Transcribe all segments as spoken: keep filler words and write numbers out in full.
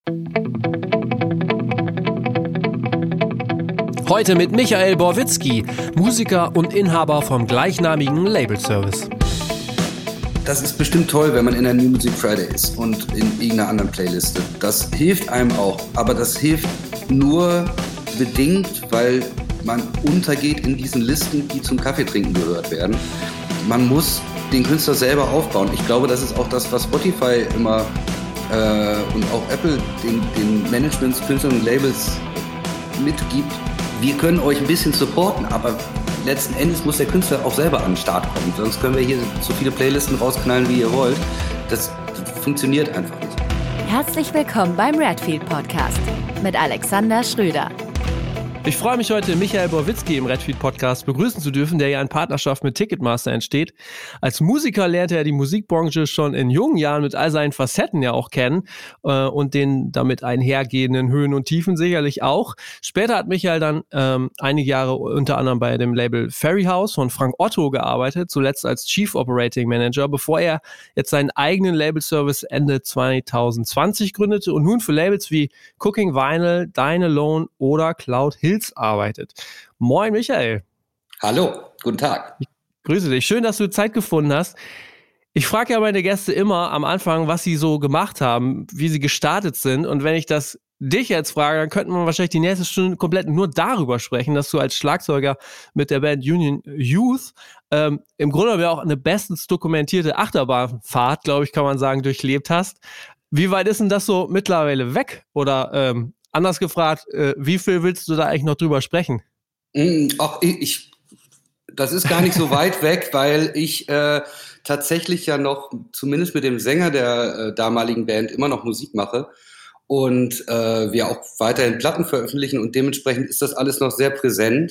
Heute mit Michael Borwitzki, Musiker und Inhaber vom gleichnamigen Label-Service. Das ist bestimmt toll, wenn man in der New Music Friday ist und in irgendeiner anderen Playliste. Das hilft einem auch, aber das hilft nur bedingt, weil man untergeht in diesen Listen, die zum Kaffeetrinken gehört werden. Man muss den Künstler selber aufbauen. Ich glaube, das ist auch das, was Spotify immer äh, und auch Apple den, den Managements, Künstlern und Labels mitgibt. Wir können euch ein bisschen supporten, aber letzten Endes muss der Künstler auch selber an den Start kommen. Sonst können wir hier so viele Playlisten rausknallen, wie ihr wollt. Das, das funktioniert einfach nicht. Herzlich willkommen beim Redfield Podcast mit Alexander Schröder. Ich freue mich heute, Michael Borwitzki im Redfield Podcast begrüßen zu dürfen, der ja in Partnerschaft mit Ticketmaster entsteht. Als Musiker lernte er die Musikbranche schon in jungen Jahren mit all seinen Facetten ja auch kennen äh, und den damit einhergehenden Höhen und Tiefen sicherlich auch. Später hat Michael dann ähm, einige Jahre unter anderem bei dem Label Ferry House von Frank Otto gearbeitet, zuletzt als Chief Operating Manager, bevor er jetzt seinen eigenen Label-Service Ende zwanzig zwanzig gründete und nun für Labels wie Cooking Vinyl, Dine Alone oder Cloud Hills arbeitet. Moin Michael. Hallo, guten Tag. Ich grüße dich. Schön, dass du Zeit gefunden hast. Ich frage ja meine Gäste immer am Anfang, was sie so gemacht haben, wie sie gestartet sind. Und wenn ich das dich jetzt frage, dann könnten wir wahrscheinlich die nächste Stunde komplett nur darüber sprechen, dass du als Schlagzeuger mit der Band Union Youth ähm, im Grunde ja auch eine bestens dokumentierte Achterbahnfahrt, glaube ich, kann man sagen, durchlebt hast. Wie weit ist denn das so mittlerweile weg? Oder ähm, anders gefragt, äh, wie viel willst du da eigentlich noch drüber sprechen? Mm, ach, ich, das ist gar nicht so weit weg, weil ich äh, tatsächlich ja noch, zumindest mit dem Sänger der äh, damaligen Band, immer noch Musik mache und äh, wir auch weiterhin Platten veröffentlichen und dementsprechend ist das alles noch sehr präsent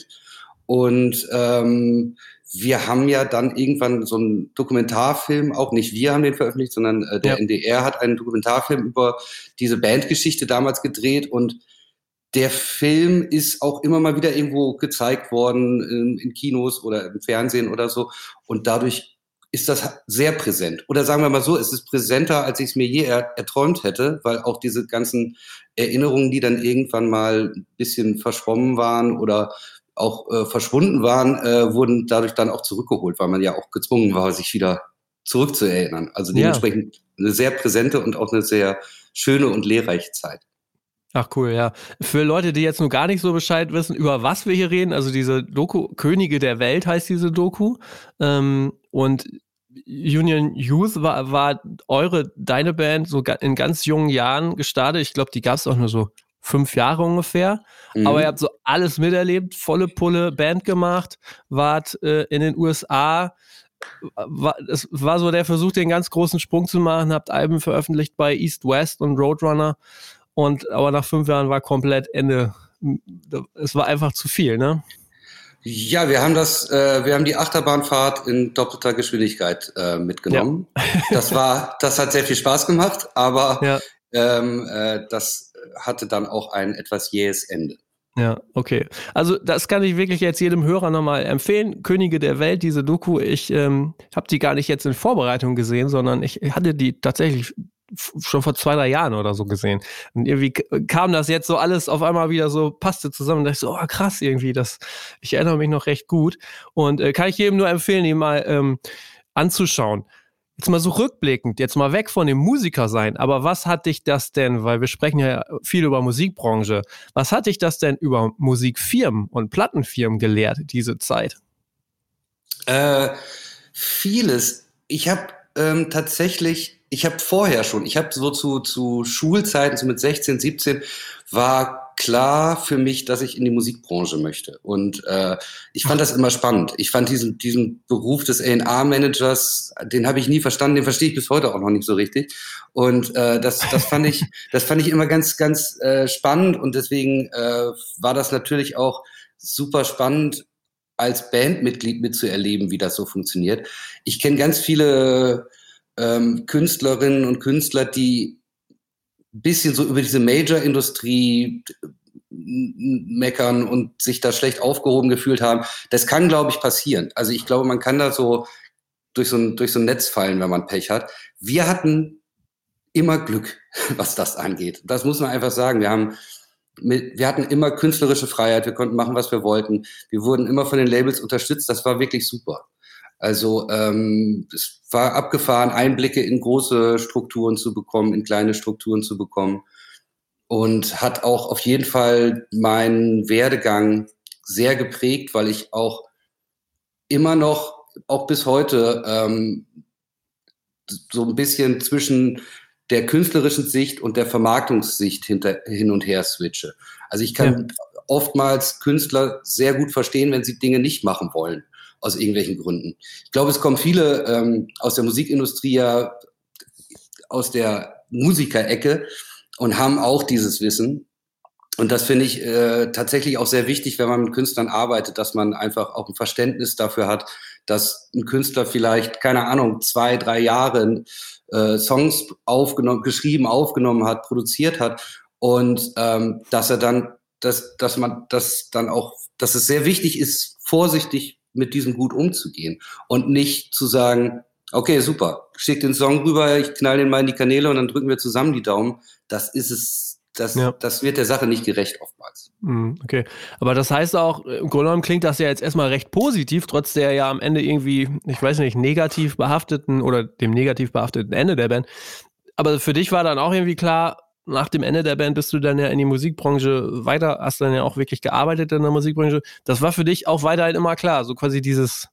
und ähm, wir haben ja dann irgendwann so einen Dokumentarfilm, auch nicht wir haben den veröffentlicht, sondern äh, der ja. N D R hat einen Dokumentarfilm über diese Bandgeschichte damals gedreht und der Film ist auch immer mal wieder irgendwo gezeigt worden in, in Kinos oder im Fernsehen oder so und dadurch ist das sehr präsent. Oder sagen wir mal so, es ist präsenter, als ich es mir je er, erträumt hätte, weil auch diese ganzen Erinnerungen, die dann irgendwann mal ein bisschen verschwommen waren oder auch äh, verschwunden waren, äh, wurden dadurch dann auch zurückgeholt, weil man ja auch gezwungen war, sich wieder zurückzuerinnern. Also dementsprechend ja. eine sehr präsente und auch eine sehr schöne und lehrreiche Zeit. Ach cool, ja. Für Leute, die jetzt nur gar nicht so Bescheid wissen, über was wir hier reden, also diese Doku, Könige der Welt heißt diese Doku, ähm, und Union Youth war, war eure, deine Band so in ganz jungen Jahren gestartet. Ich glaube, die gab es auch nur so fünf Jahre ungefähr, mhm. aber ihr habt so alles miterlebt, volle Pulle Band gemacht, wart äh, in den U S A, war, es war so der Versuch, den ganz großen Sprung zu machen, habt Alben veröffentlicht bei East West und Roadrunner und aber nach fünf Jahren war komplett Ende, es war einfach zu viel, ne? Ja, wir haben das, äh, wir haben die Achterbahnfahrt in doppelter Geschwindigkeit äh, mitgenommen. Ja. Das war, das hat sehr viel Spaß gemacht, aber ja. ähm, äh, das hatte dann auch ein etwas jähes Ende. Ja, okay. Also das kann ich wirklich jetzt jedem Hörer nochmal empfehlen. Könige der Welt, diese Doku. Ich ähm, habe die gar nicht jetzt in Vorbereitung gesehen, sondern ich hatte die tatsächlich schon vor zwei, drei Jahren oder so gesehen. Und irgendwie kam das jetzt so alles auf einmal wieder so, passte zusammen. Und dachte ich so, oh krass irgendwie, das, ich erinnere mich noch recht gut. Und äh, kann ich jedem nur empfehlen, die mal ähm, anzuschauen. Jetzt mal so rückblickend, jetzt mal weg von dem Musiker sein, aber was hat dich das denn, weil wir sprechen ja viel über Musikbranche, was hat dich das denn über Musikfirmen und Plattenfirmen gelehrt, diese Zeit? Äh, vieles. Ich habe ähm, tatsächlich, ich habe vorher schon, ich habe so zu, zu Schulzeiten, so mit sechzehn, siebzehn, war klar für mich, dass ich in die Musikbranche möchte. Und äh, ich fand das immer spannend. Ich fand diesen, diesen Beruf des A and R-Managers, den habe ich nie verstanden, den verstehe ich bis heute auch noch nicht so richtig. Und äh, das, das fand ich, das fand ich immer ganz, ganz äh, spannend. Und deswegen äh, war das natürlich auch super spannend, als Bandmitglied mitzuerleben, wie das so funktioniert. Ich kenne ganz viele ähm, Künstlerinnen und Künstler, die bisschen so über diese Major-Industrie meckern und sich da schlecht aufgehoben gefühlt haben. Das kann, glaube ich, passieren. Also ich glaube, man kann da so durch so ein, durch so ein Netz fallen, wenn man Pech hat. Wir hatten immer Glück, was das angeht. Das muss man einfach sagen. Wir haben mit, wir hatten immer künstlerische Freiheit. Wir konnten machen, was wir wollten. Wir wurden immer von den Labels unterstützt. Das war wirklich super. Also ähm, es war abgefahren, Einblicke in große Strukturen zu bekommen, in kleine Strukturen zu bekommen und hat auch auf jeden Fall meinen Werdegang sehr geprägt, weil ich auch immer noch, auch bis heute, ähm, so ein bisschen zwischen der künstlerischen Sicht und der Vermarktungssicht hinter, hin und her switche. Also ich kann ja. oftmals Künstler sehr gut verstehen, wenn sie Dinge nicht machen wollen, aus irgendwelchen Gründen. Ich glaube, es kommen viele ähm, aus der Musikindustrie ja aus der Musikerecke und haben auch dieses Wissen. Und das finde ich äh, tatsächlich auch sehr wichtig, wenn man mit Künstlern arbeitet, dass man einfach auch ein Verständnis dafür hat, dass ein Künstler vielleicht, keine Ahnung, zwei, drei Jahre äh, Songs aufgenommen, geschrieben, aufgenommen hat, produziert hat und ähm, dass er dann, dass, dass man das dann auch, dass es sehr wichtig ist, vorsichtig mit diesem Gut umzugehen und nicht zu sagen, okay, super, schick den Song rüber, ich knall den mal in die Kanäle und dann drücken wir zusammen die Daumen. Das ist es. Das, ja. das wird der Sache nicht gerecht oftmals. Okay, aber das heißt auch, im Grunde genommen klingt das ja jetzt erstmal recht positiv, trotz der ja am Ende irgendwie, ich weiß nicht, negativ behafteten oder dem negativ behafteten Ende der Band. Aber für dich war dann auch irgendwie klar, nach dem Ende der Band bist du dann ja in die Musikbranche weiter, hast dann ja auch wirklich gearbeitet in der Musikbranche. Das war für dich auch weiterhin immer klar, so quasi dieses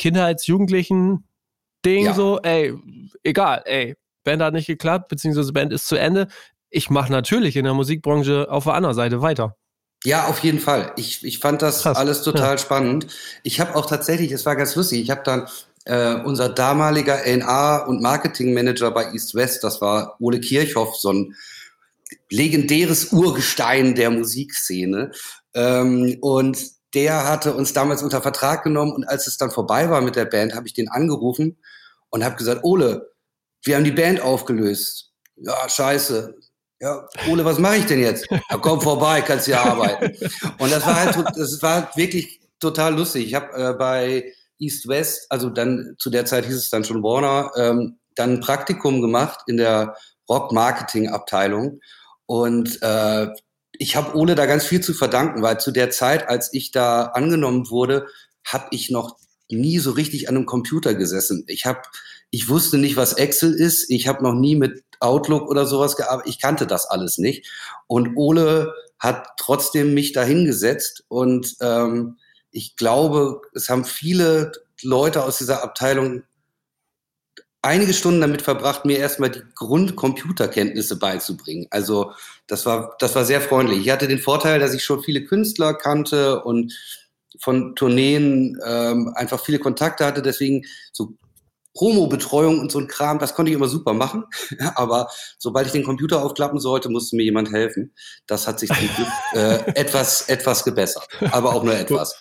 Kindheits-Jugendlichen-Ding ja. so, ey, egal, ey, Band hat nicht geklappt, beziehungsweise Band ist zu Ende. Ich mache natürlich in der Musikbranche auf der anderen Seite weiter. Ja, auf jeden Fall. Ich, ich fand das Krass. alles total ja. spannend. Ich habe auch tatsächlich, es war ganz lustig, ich habe dann äh, unser damaliger A and R und Marketingmanager bei East West, das war Ole Kirchhoff, so ein legendäres Urgestein der Musikszene. Ähm, und der hatte uns damals unter Vertrag genommen und als es dann vorbei war mit der Band, habe ich den angerufen und habe gesagt, Ole, wir haben die Band aufgelöst. Ja, scheiße. Ja, Ole, was mache ich denn jetzt? Ja, komm vorbei, kannst ja arbeiten. Und das war halt, das war wirklich total lustig. Ich habe äh, bei East West, also dann zu der Zeit hieß es dann schon Warner, ähm, dann ein Praktikum gemacht in der Rock-Marketing-Abteilung. Und äh, ich habe Ole da ganz viel zu verdanken, weil zu der Zeit, als ich da angenommen wurde, habe ich noch nie so richtig an einem Computer gesessen. Ich habe, ich wusste nicht, was Excel ist. Ich habe noch nie mit Outlook oder sowas gearbeitet. Ich kannte das alles nicht. Und Ole hat trotzdem mich da hingesetzt. Und ähm, ich glaube, es haben viele Leute aus dieser Abteilung einige Stunden damit verbracht, mir erstmal die Grundcomputerkenntnisse beizubringen. Also das war, das war sehr freundlich. Ich hatte den Vorteil, dass ich schon viele Künstler kannte und von Tourneen ähm, einfach viele Kontakte hatte. Deswegen so Promo-Betreuung und so ein Kram, das konnte ich immer super machen. Aber sobald ich den Computer aufklappen sollte, musste mir jemand helfen. Das hat sich zum Glück äh, etwas, etwas gebessert. Aber auch nur etwas.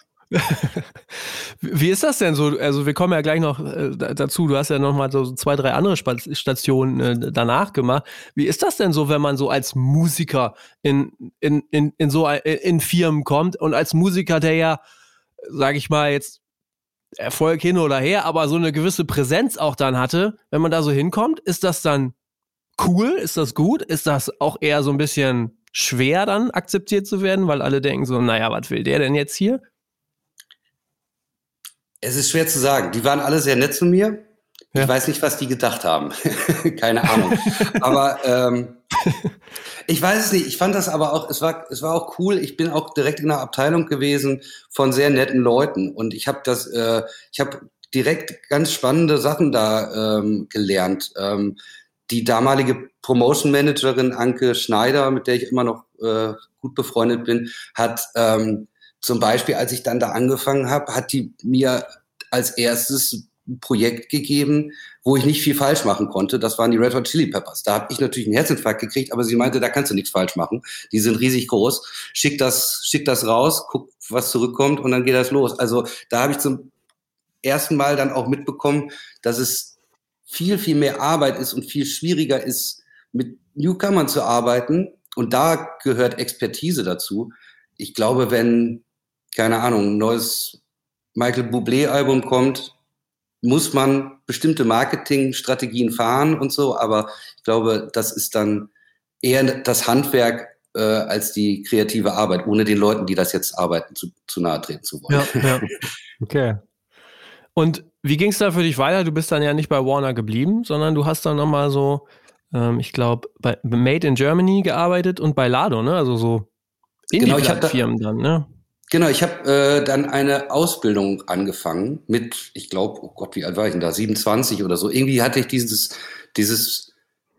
Wie ist das denn so? Also wir kommen ja gleich noch äh, dazu. Du hast ja noch mal so zwei, drei andere Stationen äh, danach gemacht. Wie ist das denn so, wenn man so als Musiker in, in, in, in so in Firmen kommt und als Musiker, der ja, sag ich mal jetzt, Erfolg hin oder her, aber so eine gewisse Präsenz auch dann hatte, wenn man da so hinkommt, ist das dann cool? Ist das gut? Ist das auch eher so ein bisschen schwer dann akzeptiert zu werden, weil alle denken so, naja, was will der denn jetzt hier? Es ist schwer zu sagen. Die waren alle sehr nett zu mir. Ja. Ich weiß nicht, was die gedacht haben. Keine Ahnung. Aber ähm, ich weiß es nicht. Ich fand das aber auch, es war, es war auch cool. Ich bin auch direkt in einer Abteilung gewesen von sehr netten Leuten. Und ich habe das, äh, ich habe direkt ganz spannende Sachen da ähm, gelernt. Ähm, die damalige Promotion Managerin Anke Schneider, mit der ich immer noch äh, gut befreundet bin, hat ähm, zum Beispiel, als ich dann da angefangen habe, hat die mir als erstes ein Projekt gegeben, wo ich nicht viel falsch machen konnte. Das waren die Red Hot Chili Peppers. Da habe ich natürlich einen Herzinfarkt gekriegt, aber sie meinte, da kannst du nichts falsch machen. Die sind riesig groß. Schick das, schick das raus, guck, was zurückkommt und dann geht das los. Also da habe ich zum ersten Mal dann auch mitbekommen, dass es viel, viel mehr Arbeit ist und viel schwieriger ist, mit Newcomern zu arbeiten. Und da gehört Expertise dazu. Ich glaube, wenn keine Ahnung, ein neues Michael Bublé-Album kommt, muss man bestimmte Marketingstrategien fahren und so, aber ich glaube, das ist dann eher das Handwerk äh, als die kreative Arbeit, ohne den Leuten, die das jetzt arbeiten, zu, zu nahe treten zu wollen. Ja, ja. Okay. Und wie ging es da für dich weiter? Du bist dann ja nicht bei Warner geblieben, sondern du hast dann nochmal so, ähm, ich glaube, bei Made in Germany gearbeitet und bei Lado, ne? Also so Indie-Firmen genau, dann, ne? Genau, ich habe äh, dann eine Ausbildung angefangen mit, ich glaube, oh Gott, wie alt war ich denn da? siebenundzwanzig oder so. Irgendwie hatte ich dieses, dieses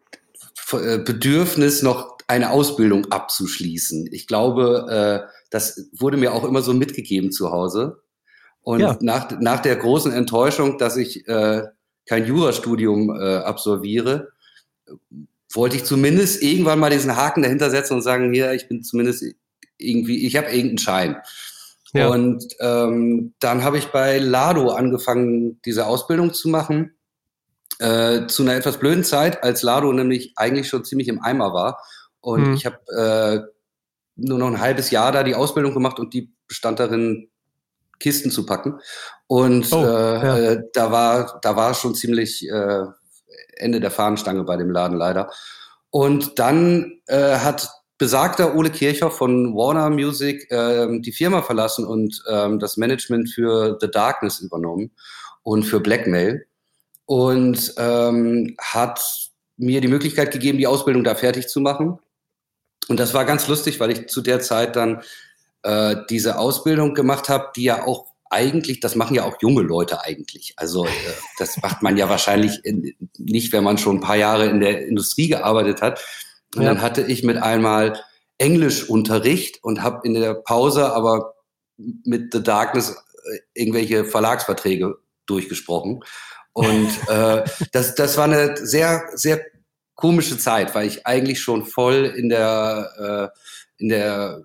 Bedürfnis, noch eine Ausbildung abzuschließen. Ich glaube, äh, das wurde mir auch immer so mitgegeben zu Hause. Und ja. nach, nach der großen Enttäuschung, dass ich äh, kein Jurastudium äh, absolviere, wollte ich zumindest irgendwann mal diesen Haken dahinter setzen und sagen, hier, ich bin zumindest irgendwie, ich habe irgendeinen Schein. Ja. Und ähm, dann habe ich bei Lado angefangen, diese Ausbildung zu machen, äh, zu einer etwas blöden Zeit, als Lado nämlich eigentlich schon ziemlich im Eimer war. Und hm. ich habe äh, nur noch ein halbes Jahr da die Ausbildung gemacht und die bestand darin, Kisten zu packen. Und oh, äh, ja. äh, da war da war schon ziemlich äh, Ende der Fahnenstange bei dem Laden leider. Und dann äh, hat besagter Ole Kirchhoff von Warner Music äh, die Firma verlassen und äh, das Management für The Darkness übernommen und für Blackmail und ähm, hat mir die Möglichkeit gegeben, die Ausbildung da fertig zu machen. Und das war ganz lustig, weil ich zu der Zeit dann äh, diese Ausbildung gemacht habe, die ja auch eigentlich, das machen ja auch junge Leute eigentlich. Also äh, das macht man ja wahrscheinlich in, nicht, wenn man schon ein paar Jahre in der Industrie gearbeitet hat. Und ja. dann hatte ich mit einmal Englischunterricht und habe in der Pause aber mit The Darkness irgendwelche Verlagsverträge durchgesprochen. Und äh, das, das war eine sehr, sehr komische Zeit, weil ich eigentlich schon voll in der, äh, in der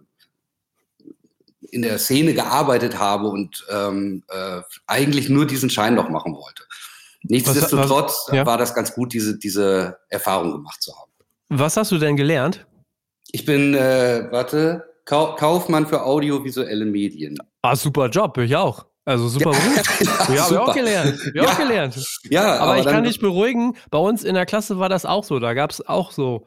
in der Szene gearbeitet habe und ähm, äh, eigentlich nur diesen Schein noch machen wollte. Nichtsdestotrotz was, was, ja. war das ganz gut, diese, diese Erfahrung gemacht zu haben. Was hast du denn gelernt? Ich bin, äh, warte, Kau- Kaufmann für audiovisuelle Medien. Ah, super Job, ich auch. Also super Beruf. Ja, ja habe ich auch gelernt. Ich ja. auch gelernt. Ja, aber, aber ich kann dich beruhigen, bei uns in der Klasse war das auch so. Da gab es auch so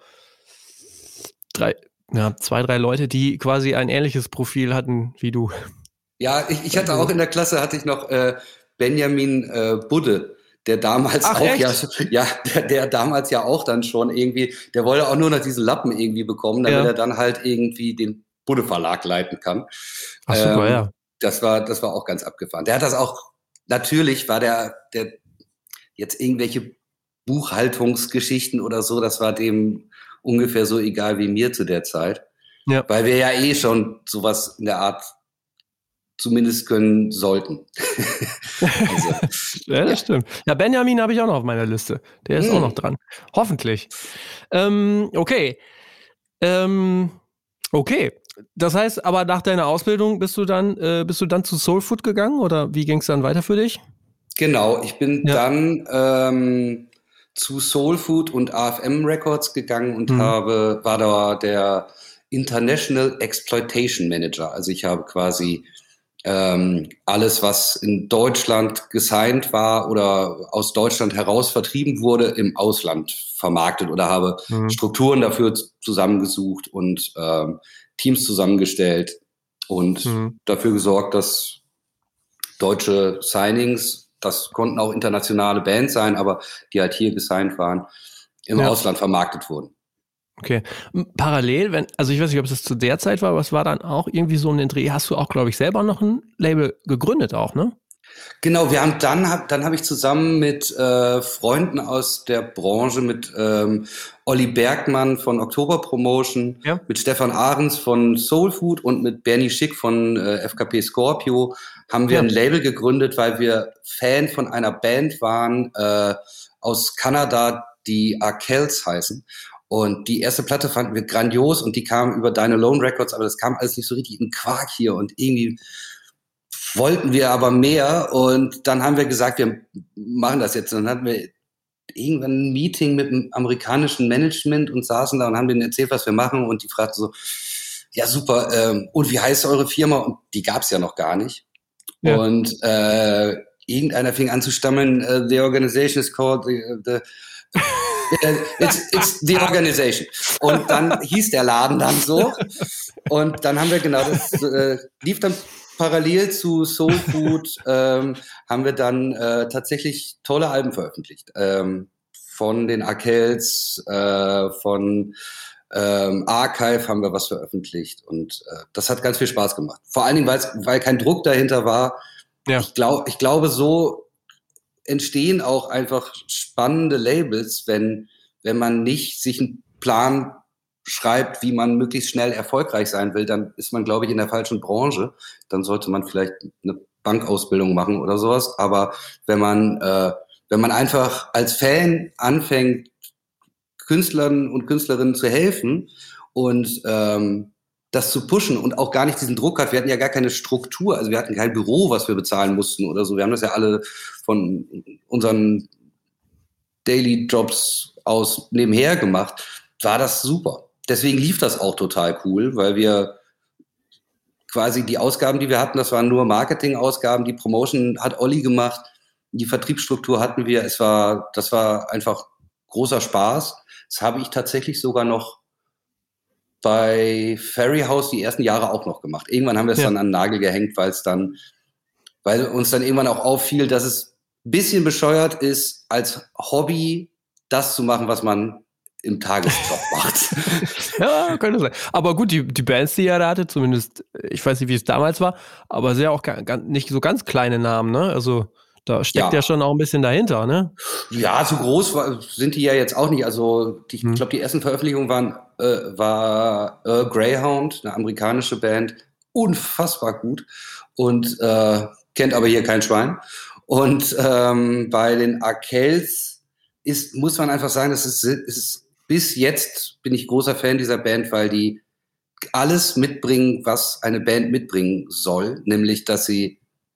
drei... Ja, zwei, drei Leute, die quasi ein ähnliches Profil hatten wie du. Ja, ich, ich hatte auch in der Klasse, hatte ich noch äh, Benjamin äh, Budde, der damals Ach, auch, echt? ja, ja der, der damals ja auch dann schon irgendwie, der wollte auch nur noch diesen Lappen irgendwie bekommen, damit ja. er dann halt irgendwie den Budde Verlag leiten kann. Ach super, ähm, ja. Das war, das war auch ganz abgefahren. Der hat das auch, natürlich war der, der jetzt irgendwelche Buchhaltungsgeschichten oder so, das war dem ungefähr so egal wie mir zu der Zeit. Ja. Weil wir ja eh schon sowas in der Art zumindest können sollten. also, ja, das ja. stimmt. Ja, Benjamin habe ich auch noch auf meiner Liste. Der ist hm. auch noch dran. Hoffentlich. Ähm, okay. Ähm, okay. Das heißt, aber nach deiner Ausbildung bist du dann, äh, bist du dann zu Soul Food gegangen oder wie ging es dann weiter für dich? Genau, ich bin ja. dann ähm, zu Soul Food und A F M Records gegangen und mhm. habe, war da der International Exploitation Manager. Also ich habe quasi ähm, alles, was in Deutschland gesigned war oder aus Deutschland heraus vertrieben wurde, im Ausland vermarktet oder habe mhm. Strukturen dafür zusammengesucht und ähm, Teams zusammengestellt und mhm. dafür gesorgt, dass deutsche Signings, das konnten auch internationale Bands sein, aber die halt hier gesigned waren, im ja. Ausland vermarktet wurden. Okay. Parallel, wenn, also ich weiß nicht, ob es zu der Zeit war, aber es war dann auch irgendwie so ein Dreh, hast du auch, glaube ich, selber noch ein Label gegründet auch, ne? Genau, wir haben dann, hab, dann habe ich zusammen mit äh, Freunden aus der Branche, mit ähm, Olli Bergmann von Oktober Promotion, ja. mit Stefan Ahrens von Soul Food und mit Bernie Schick von äh, F K P Scorpio haben wir ja. ein Label gegründet, weil wir Fan von einer Band waren äh, aus Kanada, die Arkells heißen. Und die erste Platte fanden wir grandios und die kam über Dine Alone Records, aber das kam alles nicht so richtig in Quark hier und irgendwie wollten wir aber mehr und dann haben wir gesagt, wir machen das jetzt. Und dann hatten wir irgendwann ein Meeting mit dem amerikanischen Management und saßen da und haben denen erzählt, was wir machen und die fragten so, ja super, ähm, und wie heißt eure Firma? Und die gab's ja noch gar nicht. Ja. Und äh, irgendeiner fing an zu stammeln, uh, the organization is called the, the it's, it's the organization. Und dann hieß der Laden dann so. Und dann haben wir genau, das äh, lief dann parallel zu Soul Food, ähm, haben wir dann äh, tatsächlich tolle Alben veröffentlicht. Ähm, von den Arkells, äh, von ähm, Archive haben wir was veröffentlicht. Und äh, das hat ganz viel Spaß gemacht. Vor allen Dingen, weil kein Druck dahinter war. Ja. Ich, glaub, ich glaube, so entstehen auch einfach spannende Labels, wenn, wenn man nicht sich einen Plan schreibt, wie man möglichst schnell erfolgreich sein will, dann ist man, glaube ich, in der falschen Branche. Dann sollte man vielleicht eine Bankausbildung machen oder sowas. Aber wenn man, äh, wenn man einfach als Fan anfängt, Künstlern und Künstlerinnen zu helfen und ähm, das zu pushen und auch gar nicht diesen Druck hat. Wir hatten ja gar keine Struktur, also wir hatten kein Büro, was wir bezahlen mussten oder so. Wir haben das ja alle von unseren Daily Jobs aus nebenher gemacht. War das super. Deswegen lief das auch total cool, weil wir quasi die Ausgaben, die wir hatten, das waren nur Marketing-Ausgaben. Die Promotion hat Olli gemacht. Die Vertriebsstruktur hatten wir. Es war, das war einfach großer Spaß. Das habe ich tatsächlich sogar noch bei Ferry House die ersten Jahre auch noch gemacht. Irgendwann haben wir es ja. dann an den Nagel gehängt, weil es dann, weil uns dann irgendwann auch auffiel, dass es ein bisschen bescheuert ist, als Hobby das zu machen, was man im Tagesjob macht. Ja, könnte sein. Aber gut, die, die Bands, die ihr da hattet, zumindest, ich weiß nicht, wie es damals war, aber sehr auch gar, nicht so ganz kleine Namen, ne? Also da steckt ja. ja schon auch ein bisschen dahinter, ne? Ja, so groß war, sind die ja jetzt auch nicht. Also die, hm. ich glaube, die ersten Veröffentlichungen waren äh, war äh, Greyhound, eine amerikanische Band, unfassbar gut und äh, kennt aber hier kein Schwein. Und ähm, bei den Arkells ist, muss man einfach sagen, es ist, es ist bis jetzt bin ich großer Fan dieser Band, weil die alles mitbringen, was eine Band mitbringen soll, nämlich, dass sie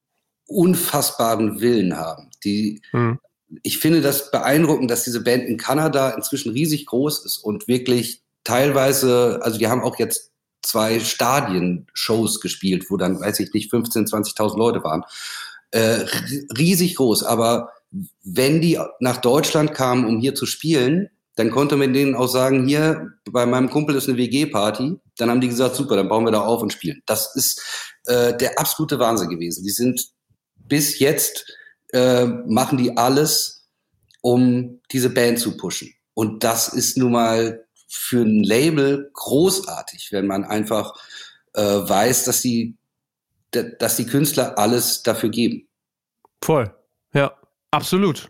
unfassbaren Willen haben. Die, hm. Ich finde das beeindruckend, dass diese Band in Kanada inzwischen riesig groß ist und wirklich teilweise, also die haben auch jetzt zwei Stadien-Shows gespielt, wo dann, weiß ich nicht, fünfzehntausend, zwanzigtausend Leute waren. Äh, riesig groß, aber wenn die nach Deutschland kamen, um hier zu spielen, dann konnte man denen auch sagen, hier, bei meinem Kumpel ist eine W G-Party. Dann haben die gesagt, super, dann bauen wir da auf und spielen. Das ist äh, der absolute Wahnsinn gewesen. Die sind bis jetzt, äh, machen die alles, um diese Band zu pushen. Und das ist nun mal für ein Label großartig, wenn man einfach äh, weiß, dass die, d- dass die Künstler alles dafür geben. Voll, ja, absolut.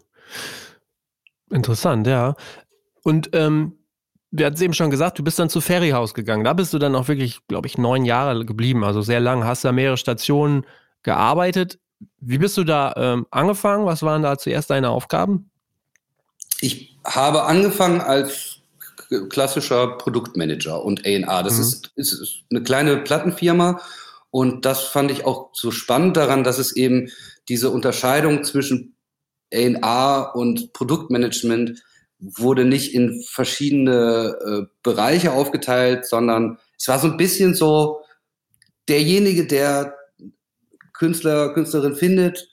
Interessant, ja. Und ähm, wir hatten es eben schon gesagt, du bist dann zu Ferry House gegangen. Da bist du dann auch wirklich, glaube ich, neun Jahre geblieben, also sehr lang. Hast da mehrere Stationen gearbeitet. Wie bist du da ähm, angefangen? Was waren da zuerst deine Aufgaben? Ich habe angefangen als klassischer Produktmanager und A und R. Das mhm. ist, ist eine kleine Plattenfirma und das fand ich auch so spannend daran, dass es eben diese Unterscheidung zwischen A und R und Produktmanagement wurde nicht in verschiedene äh, Bereiche aufgeteilt, sondern es war so ein bisschen so, derjenige, der Künstler, Künstlerin findet,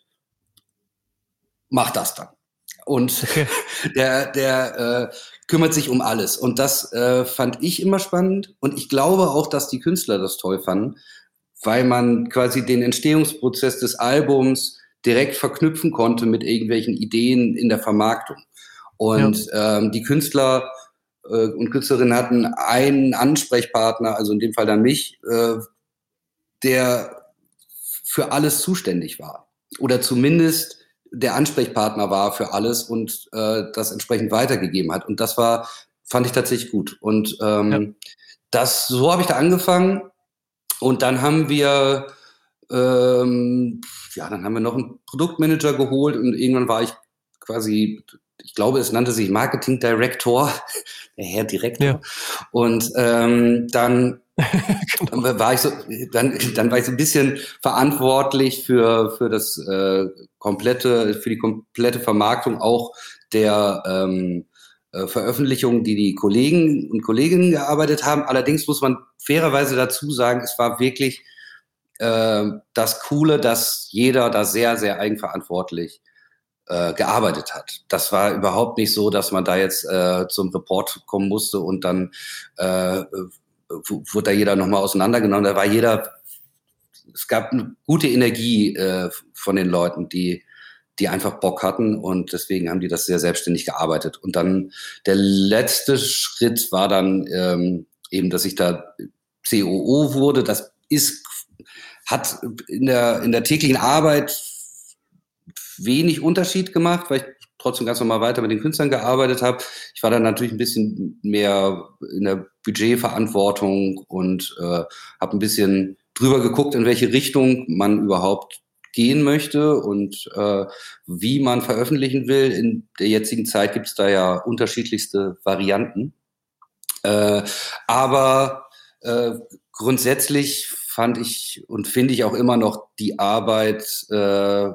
macht das dann. Und okay. der, der äh, kümmert sich um alles. Und das äh, fand ich immer spannend. Und ich glaube auch, dass die Künstler das toll fanden, weil man quasi den Entstehungsprozess des Albums direkt verknüpfen konnte mit irgendwelchen Ideen in der Vermarktung. Und ja. ähm, die Künstler äh, und Künstlerinnen hatten einen Ansprechpartner, also in dem Fall dann mich, äh, der für alles zuständig war. Oder zumindest der Ansprechpartner war für alles und äh, das entsprechend weitergegeben hat. Und das war, fand ich tatsächlich gut. Und ähm, ja. das, so habe ich da angefangen. Und dann haben wir, ähm, ja, dann haben wir noch einen Produktmanager geholt und irgendwann war ich quasi, ich glaube, es nannte sich Marketing Director, der Herr Direktor. Ja. Und ähm, dann genau. war ich so, dann, dann war ich so ein bisschen verantwortlich für für das äh, komplette, für die komplette Vermarktung auch der ähm, äh, Veröffentlichungen, die die Kollegen und Kolleginnen gearbeitet haben. Allerdings muss man fairerweise dazu sagen, es war wirklich äh, das Coole, dass jeder da sehr, sehr eigenverantwortlich äh, gearbeitet hat. Das war überhaupt nicht so, dass man da jetzt äh, zum Report kommen musste und dann äh, wurde da jeder nochmal auseinandergenommen. Da war jeder, es gab eine gute Energie äh, von den Leuten, die die einfach Bock hatten und deswegen haben die das sehr selbstständig gearbeitet. Und dann der letzte Schritt war dann ähm, eben, dass ich da C O O wurde. Das ist, hat in der, in der täglichen Arbeit wenig Unterschied gemacht, weil ich trotzdem ganz normal weiter mit den Künstlern gearbeitet habe. Ich war dann natürlich ein bisschen mehr in der Budgetverantwortung und äh, habe ein bisschen drüber geguckt, in welche Richtung man überhaupt gehen möchte und äh, wie man veröffentlichen will. In der jetzigen Zeit gibt es da ja unterschiedlichste Varianten. Äh, aber äh, grundsätzlich fand ich und finde ich auch immer noch die Arbeit, äh,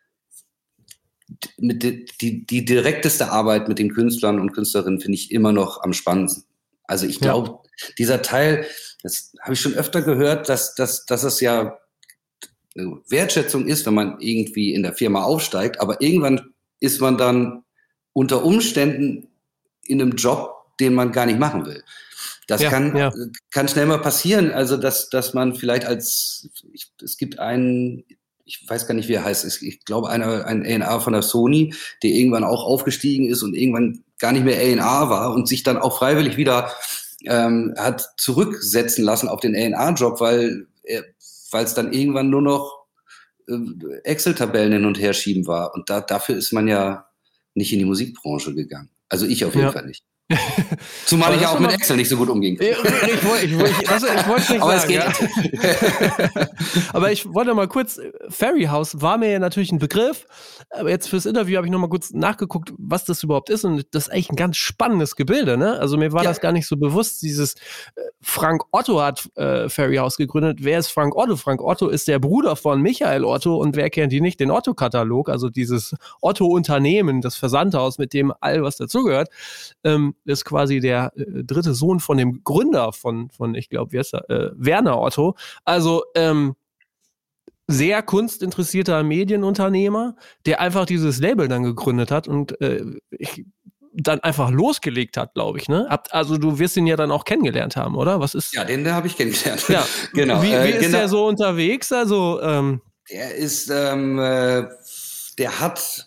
mit die, die, die direkteste Arbeit mit den Künstlern und Künstlerinnen finde ich immer noch am spannendsten. Also ich glaube, ja. dieser Teil, das habe ich schon öfter gehört, dass, dass, dass es ja eine Wertschätzung ist, wenn man irgendwie in der Firma aufsteigt, aber irgendwann ist man dann unter Umständen in einem Job, den man gar nicht machen will. Das ja, kann, ja. kann schnell mal passieren, also dass, dass man vielleicht als, ich, es gibt einen, ich weiß gar nicht, wie er heißt, ich glaube einer, ein A und R von der Sony, der irgendwann auch aufgestiegen ist und irgendwann gar nicht mehr A und R war und sich dann auch freiwillig wieder ähm, hat zurücksetzen lassen auf den A und R-Job, weil er weil es dann irgendwann nur noch äh, Excel-Tabellen hin und her schieben war. Und da, dafür ist man ja nicht in die Musikbranche gegangen. Also ich auf jeden ja. Fall nicht. Zumal ich ja auch mit Excel nicht so gut umgehen kann. Ich, ich, wollte, ich, wollte, also ich wollte nicht Aber sagen. Ja. Aber ich wollte mal kurz, Ferry House war mir ja natürlich ein Begriff, aber jetzt fürs Interview habe ich noch mal kurz nachgeguckt, was das überhaupt ist und das ist eigentlich ein ganz spannendes Gebilde, ne? Also mir war ja. das gar nicht so bewusst, dieses äh, Frank Otto hat äh, Ferry House gegründet. Wer ist Frank Otto? Frank Otto ist der Bruder von Michael Otto und wer kennt die nicht? Den Otto-Katalog, also dieses Otto-Unternehmen, das Versandhaus mit dem all, was dazugehört. Ähm, ist quasi der äh, dritte Sohn von dem Gründer von, von ich glaube, wie heißt er? Äh, Werner Otto. Also ähm, sehr kunstinteressierter Medienunternehmer, der einfach dieses Label dann gegründet hat und äh, ich, dann einfach losgelegt hat, glaube ich. Ne? Also du wirst ihn ja dann auch kennengelernt haben, oder? Was ist? Ja, den habe ich kennengelernt. Ja, genau. Wie, wie äh, ist genau. der so unterwegs? Also ähm, der ist, ähm, äh, der hat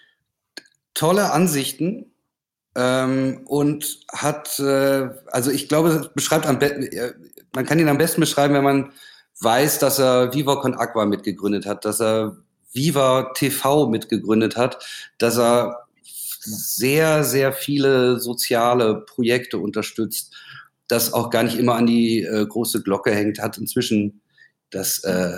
tolle Ansichten. Ähm, und hat, äh, also ich glaube, beschreibt am besten, äh, man kann ihn am besten beschreiben, wenn man weiß, dass er Viva Con Agua mitgegründet hat, dass er Viva T V mitgegründet hat, dass er sehr, sehr viele soziale Projekte unterstützt, das auch gar nicht immer an die äh, große Glocke hängt, hat inzwischen das äh,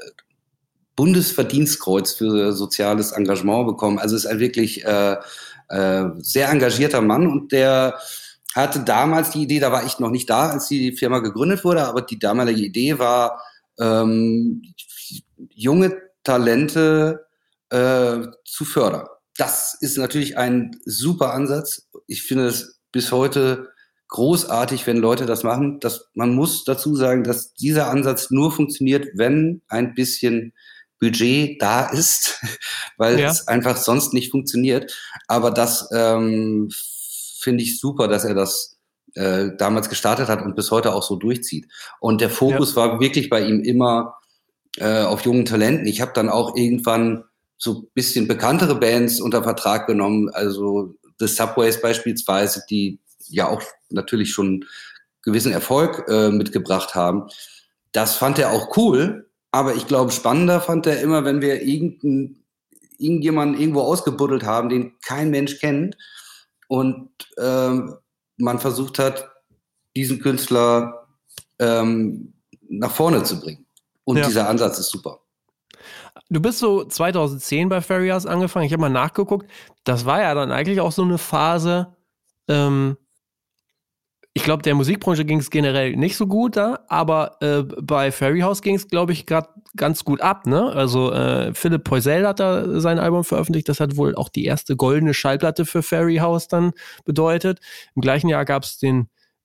Bundesverdienstkreuz für soziales Engagement bekommen. Also ist ein wirklich äh, äh, sehr engagierter Mann und der hatte damals die Idee, da war ich noch nicht da, als die Firma gegründet wurde, aber die damalige Idee war, ähm, junge Talente äh, zu fördern. Das ist natürlich ein super Ansatz. Ich finde es bis heute großartig, wenn Leute das machen. Das, man muss dazu sagen, dass dieser Ansatz nur funktioniert, wenn ein bisschen Budget da ist, weil ja. es einfach sonst nicht funktioniert. Aber das ähm, finde ich super, dass er das äh, damals gestartet hat und bis heute auch so durchzieht. Und der Fokus ja. war wirklich bei ihm immer äh, auf jungen Talenten. Ich habe dann auch irgendwann so ein bisschen bekanntere Bands unter Vertrag genommen, also The Subways beispielsweise, die ja auch natürlich schon gewissen Erfolg äh, mitgebracht haben. Das fand er auch cool. Aber ich glaube, spannender fand er immer, wenn wir irgendein, irgendjemanden irgendwo ausgebuddelt haben, den kein Mensch kennt und ähm, man versucht hat, diesen Künstler ähm, nach vorne zu bringen. Und ja. dieser Ansatz ist super. Du bist so zweitausendzehn bei Ferry House angefangen. Ich habe mal nachgeguckt. Das war ja dann eigentlich auch so eine Phase, ähm, ich glaube, der Musikbranche ging es generell nicht so gut da, aber äh, bei Ferry House ging es, glaube ich, gerade ganz gut ab, ne? Also äh, Philipp Poisel hat da sein Album veröffentlicht, das hat wohl auch die erste goldene Schallplatte für Ferry House dann bedeutet. Im gleichen Jahr gab es den,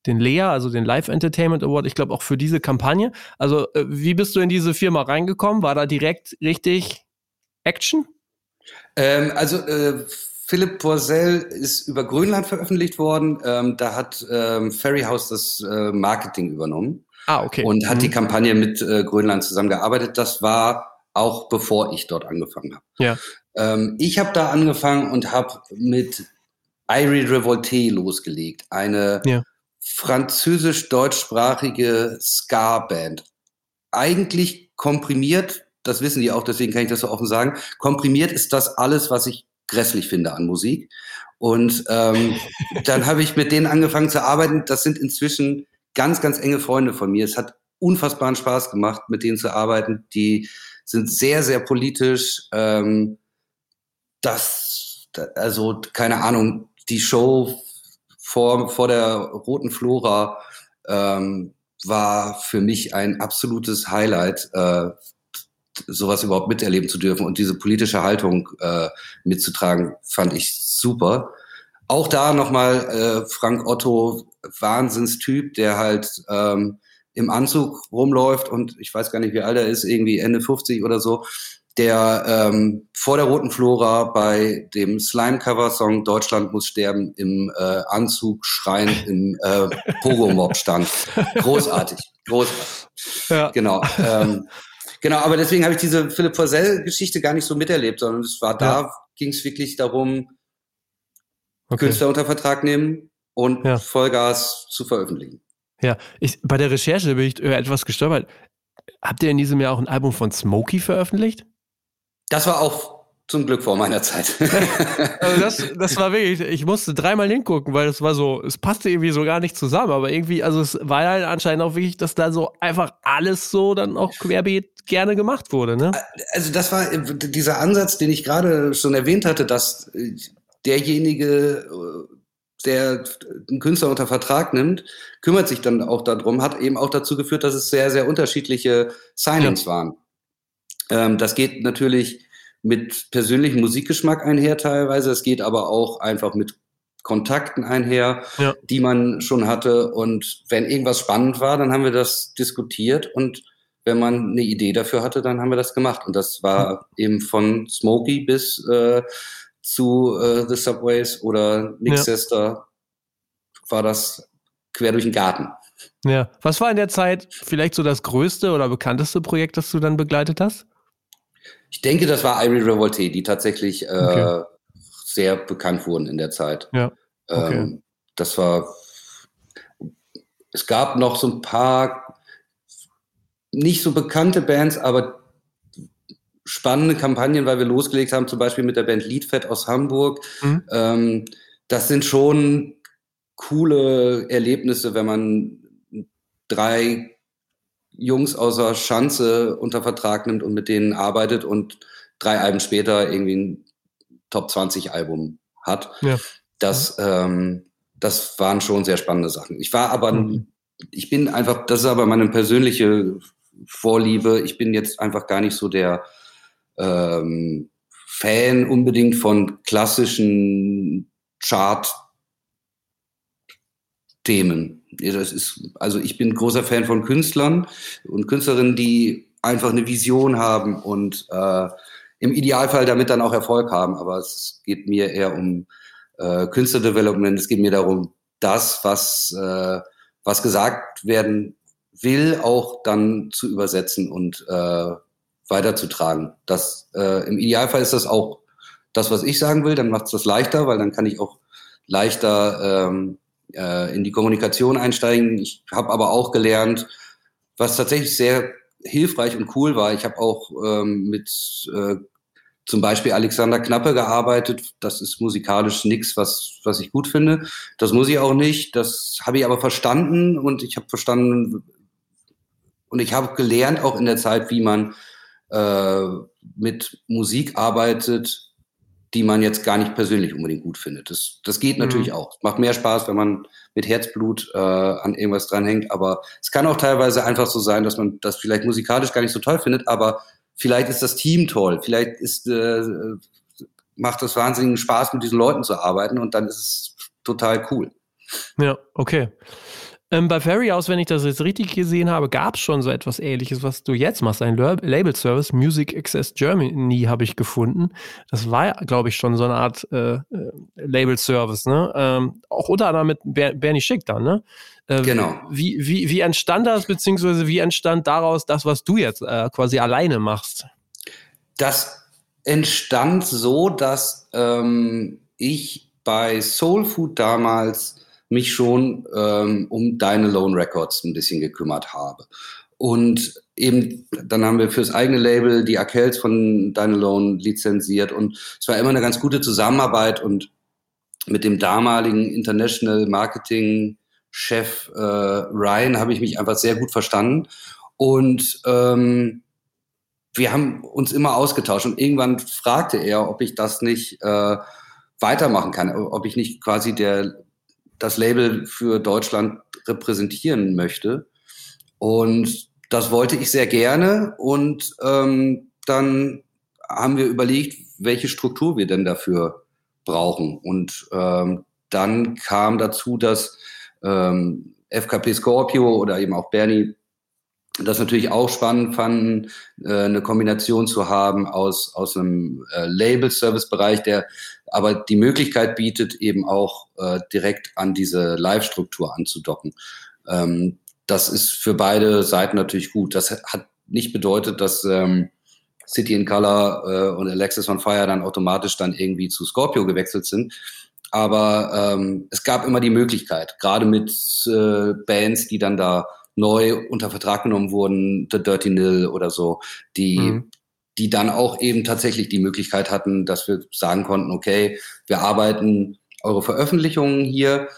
den L E A, also den Live Entertainment Award, ich glaube auch für diese Kampagne. Also äh, wie bist du in diese Firma reingekommen? War da direkt richtig Action? Ähm, also äh, Philipp Poisel ist über Grönland veröffentlicht worden. Ähm, da hat ähm, Ferry House das äh, Marketing übernommen. Ah, okay. Und hat mhm. die Kampagne mit äh, Grönland zusammengearbeitet. Das war auch bevor ich dort angefangen habe. Ja. Ähm, ich habe da angefangen und habe mit Irie Revolte losgelegt. Eine ja. französisch-deutschsprachige Ska-Band. Eigentlich komprimiert, das wissen die auch, deswegen kann ich das so offen sagen, komprimiert ist das alles, was ich grässlich finde an Musik. Und ähm, dann habe ich mit denen angefangen zu arbeiten. Das sind inzwischen ganz, ganz enge Freunde von mir. Es hat unfassbaren Spaß gemacht, mit denen zu arbeiten. Die sind sehr, sehr politisch. Ähm, das, also keine Ahnung, die Show vor, vor der Roten Flora ähm, war für mich ein absolutes Highlight, äh, sowas überhaupt miterleben zu dürfen und diese politische Haltung äh, mitzutragen, fand ich super. Auch da nochmal äh, Frank Otto, Wahnsinnstyp, der halt ähm, im Anzug rumläuft und ich weiß gar nicht, wie alt er ist, irgendwie Ende fünfzig oder so, der ähm, vor der Roten Flora bei dem Slime-Cover-Song Deutschland muss sterben im äh, Anzug schreiend im äh, Pogo-Mob stand. Großartig, großartig. Ja. Genau. Ähm, genau, aber deswegen habe ich diese Philipp Poisel-Geschichte gar nicht so miterlebt, sondern es war da, ja. ging es wirklich darum, okay. Künstler unter Vertrag nehmen und ja. Vollgas zu veröffentlichen. Ja, ich, bei der Recherche bin ich etwas gestolpert. Habt ihr in diesem Jahr auch ein Album von Smokey veröffentlicht? Das war auch zum Glück vor meiner Zeit. Also das, das war wirklich, ich musste dreimal hingucken, weil es war so, es passte irgendwie so gar nicht zusammen, aber irgendwie, also es war halt anscheinend auch wirklich, dass da so einfach alles so dann auch querbeet gerne gemacht wurde, ne? Also das war dieser Ansatz, den ich gerade schon erwähnt hatte, dass derjenige, der einen Künstler unter Vertrag nimmt, kümmert sich dann auch darum, hat eben auch dazu geführt, dass es sehr, sehr unterschiedliche Signings ja. waren. Ähm, das geht natürlich mit persönlichem Musikgeschmack einher teilweise, es geht aber auch einfach mit Kontakten einher, ja. die man schon hatte. Und wenn irgendwas spannend war, dann haben wir das diskutiert und wenn man eine Idee dafür hatte, dann haben wir das gemacht. Und das war mhm. eben von Smokey bis äh, zu äh, The Subways oder Nick ja. Sester war das quer durch den Garten. Ja. Was war in der Zeit vielleicht so das größte oder bekannteste Projekt, das du dann begleitet hast? Ich denke, das war Irie Revolte, die tatsächlich äh, okay. sehr bekannt wurden in der Zeit. Ja. Okay. Ähm, das war, es gab noch so ein paar nicht so bekannte Bands, aber spannende Kampagnen, weil wir losgelegt haben, zum Beispiel mit der Band Liedfett aus Hamburg. Mhm. Ähm, das sind schon coole Erlebnisse, wenn man drei Jungs aus der Schanze unter Vertrag nimmt und mit denen arbeitet und drei Alben später irgendwie ein Top zwanzig Album hat. Ja. Das, ähm, das waren schon sehr spannende Sachen. Ich war aber, mhm. ich bin einfach, das ist aber meine persönliche Vorliebe. Ich bin jetzt einfach gar nicht so der ähm, Fan unbedingt von klassischen Chart-Themen. Das ist, also ich bin großer Fan von Künstlern und Künstlerinnen, die einfach eine Vision haben und äh, im Idealfall damit dann auch Erfolg haben. Aber es geht mir eher um äh, Künstlerdevelopment. Es geht mir darum, das, was, äh, was gesagt werden will, auch dann zu übersetzen und äh, weiterzutragen. Das, äh, im Idealfall ist das auch das, was ich sagen will. Dann macht es das leichter, weil dann kann ich auch leichter ähm, in die Kommunikation einsteigen. Ich habe aber auch gelernt, was tatsächlich sehr hilfreich und cool war. Ich habe auch ähm, mit äh, zum Beispiel Alexander Knappe gearbeitet. Das ist musikalisch nichts, was was ich gut finde. Das muss ich auch nicht. Das habe ich aber verstanden und ich habe verstanden und ich habe gelernt auch in der Zeit, wie man äh, mit Musik arbeitet, die man jetzt gar nicht persönlich unbedingt gut findet. Das, das geht natürlich mhm. auch. Es macht mehr Spaß, wenn man mit Herzblut äh, an irgendwas dranhängt, aber es kann auch teilweise einfach so sein, dass man das vielleicht musikalisch gar nicht so toll findet, aber vielleicht ist das Team toll, vielleicht ist, äh, macht es wahnsinnigen Spaß, mit diesen Leuten zu arbeiten und dann ist es total cool. Ja, okay. Ähm, bei Ferry House, wenn ich das jetzt richtig gesehen habe, gab es schon so etwas Ähnliches, was du jetzt machst, ein Label-Service, Music Access Germany habe ich gefunden. Das war, glaube ich, schon so eine Art äh, Label-Service, ne? Ähm, auch unter anderem mit Ber- Bernie Schick dann, ne? Äh, Genau. Wie, wie, wie entstand das, beziehungsweise wie entstand daraus das, was du jetzt äh, quasi alleine machst? Das entstand so, dass ähm, ich bei Soul Food damals mich schon ähm, um Dynalone Records ein bisschen gekümmert habe. Und eben, dann haben wir fürs eigene Label die Arkells von Dynalone lizenziert und es war immer eine ganz gute Zusammenarbeit und mit dem damaligen International Marketing Chef äh, Ryan habe ich mich einfach sehr gut verstanden und ähm, wir haben uns immer ausgetauscht und irgendwann fragte er, ob ich das nicht äh, weitermachen kann, ob ich nicht quasi der das Label für Deutschland repräsentieren möchte. Und das wollte ich sehr gerne. Und ähm, dann haben wir überlegt, welche Struktur wir denn dafür brauchen. Und ähm, dann kam dazu, dass ähm, F K P Scorpio oder eben auch Bernie das natürlich auch spannend fanden, äh, eine Kombination zu haben aus, aus einem äh, Label-Service-Bereich, der aber die Möglichkeit bietet, eben auch äh, direkt an diese Live-Struktur anzudocken. Ähm, das ist für beide Seiten natürlich gut. Das hat nicht bedeutet, dass ähm, City in Color äh, und Alexis on Fire dann automatisch dann irgendwie zu Scorpio gewechselt sind. Aber ähm, es gab immer die Möglichkeit, gerade mit äh, Bands, die dann da neu unter Vertrag genommen wurden, The Dirty Nil oder so, die, mhm. die dann auch eben tatsächlich die Möglichkeit hatten, dass wir sagen konnten, okay, wir arbeiten eure Veröffentlichungen hier.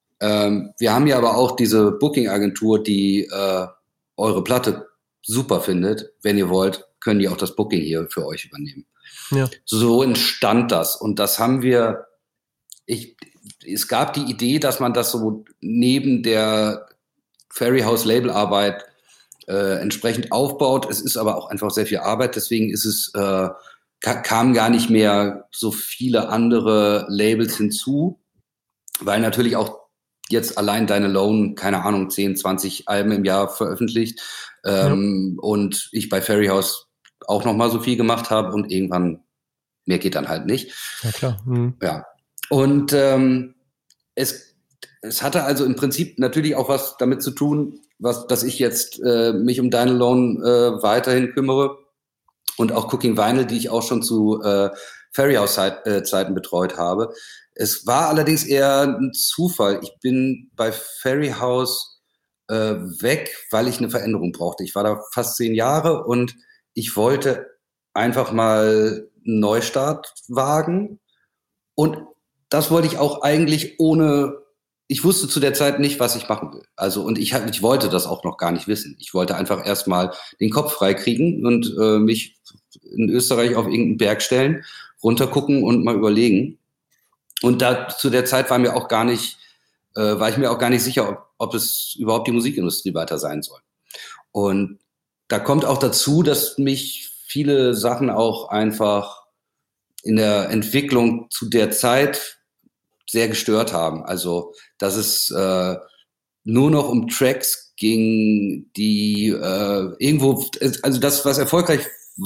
Ähm, wir haben ja aber auch diese Booking-Agentur, die äh, eure Platte super findet. Wenn ihr wollt, können die auch das Booking hier für euch übernehmen. Ja. So entstand das. Und das haben wir, ich, es gab die Idee, dass man das so neben der Ferry House Labelarbeit äh, entsprechend aufbaut. Es ist aber auch einfach sehr viel Arbeit, deswegen ist es äh, ka- kamen gar nicht mehr so viele andere Labels hinzu, weil natürlich auch jetzt allein Dynalone, keine Ahnung, zehn, zwanzig Alben im Jahr veröffentlicht ähm, ja. und ich bei Ferry House auch noch mal so viel gemacht habe und irgendwann mehr geht dann halt nicht. Ja, klar. Mhm. Ja. Und ähm, es Es hatte also im Prinzip natürlich auch was damit zu tun, was, dass ich jetzt äh, mich um Dynalone äh, weiterhin kümmere und auch Cooking Vinyl, die ich auch schon zu äh, Ferry House äh, Zeiten betreut habe. Es war allerdings eher ein Zufall. Ich bin bei Ferry House äh, weg, weil ich eine Veränderung brauchte. Ich war da fast zehn Jahre und ich wollte einfach mal einen Neustart wagen. Und das wollte ich auch eigentlich ohne Ich wusste zu der Zeit nicht, was ich machen will. Also, und ich, ich wollte das auch noch gar nicht wissen. Ich wollte einfach erstmal den Kopf frei kriegen und äh, mich in Österreich auf irgendeinen Berg stellen, runtergucken und mal überlegen. Und da zu der Zeit war mir auch gar nicht, äh, war ich mir auch gar nicht sicher, ob, ob es überhaupt die Musikindustrie weiter sein soll. Und da kommt auch dazu, dass mich viele Sachen auch einfach in der Entwicklung zu der Zeit sehr gestört haben. Also, dass es äh, nur noch um Tracks ging, die äh, irgendwo, also das, was erfolgreich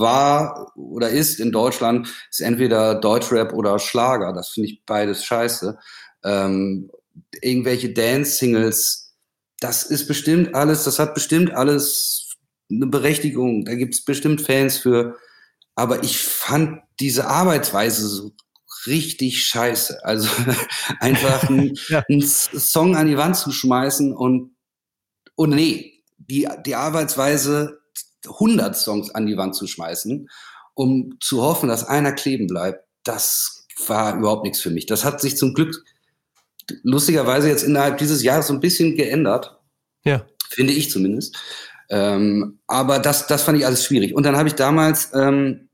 war oder ist in Deutschland, ist entweder Deutschrap oder Schlager. Das finde ich beides scheiße. Ähm, irgendwelche Dance-Singles, das ist bestimmt alles, das hat bestimmt alles eine Berechtigung. Da gibt es bestimmt Fans für. Aber ich fand diese Arbeitsweise so richtig scheiße. Also einfach einen ja. Song an die Wand zu schmeißen und, und nee, die, die Arbeitsweise, hundert Songs an die Wand zu schmeißen, um zu hoffen, dass einer kleben bleibt, das war überhaupt nichts für mich. Das hat sich zum Glück lustigerweise jetzt innerhalb dieses Jahres so ein bisschen geändert. Ja. Finde ich zumindest. Ähm, aber das, das fand ich alles schwierig. Und dann habe ich damals ähm,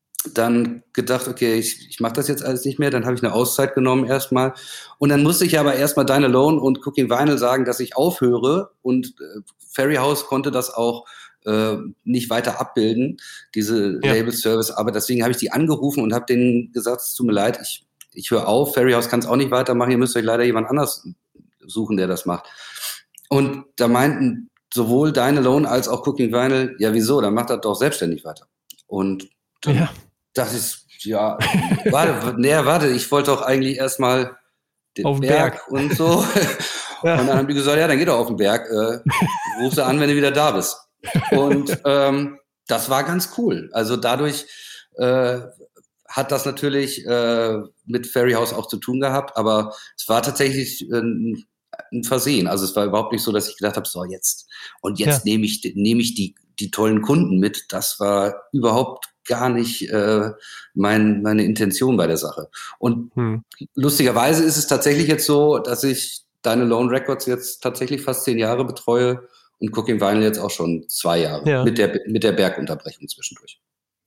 dann gedacht, okay, ich, ich mache das jetzt alles nicht mehr. Dann habe ich eine Auszeit genommen erstmal. Und dann musste ich aber erstmal Dynalone und Cooking Vinyl sagen, dass ich aufhöre. Und äh, Ferry House konnte das auch äh, nicht weiter abbilden, diese ja. Label-Service. Aber deswegen habe ich die angerufen und habe denen gesagt, es tut mir leid, ich, ich höre auf. Ferry House kann es auch nicht weitermachen. Ihr müsst euch leider jemand anders suchen, der das macht. Und da meinten sowohl Dine Alone als auch Cooking Vinyl, ja wieso, dann macht das doch selbstständig weiter. Und dann Ja. dachte ich, ja, warte, nee, warte, ich wollte doch eigentlich erstmal den Auf den Berg, Berg. und so. Ja. Und dann haben die gesagt, ja, dann geh doch auf den Berg, äh, rufst du an, wenn du wieder da bist. Und ähm, das war ganz cool. Also dadurch äh, hat das natürlich äh, mit Ferry House auch zu tun gehabt, aber es war tatsächlich ein, ein Versehen. Also es war überhaupt nicht so, dass ich gedacht habe, so jetzt und jetzt Ja. nehme ich nehme ich die die tollen Kunden mit. Das war überhaupt gar nicht äh, mein, meine Intention bei der Sache. Und Hm. lustigerweise ist es tatsächlich jetzt so, dass ich Dine Alone Records jetzt tatsächlich fast zehn Jahre betreue und Cooking Vinyl jetzt auch schon zwei Jahre Ja. mit der mit der Bergunterbrechung zwischendurch.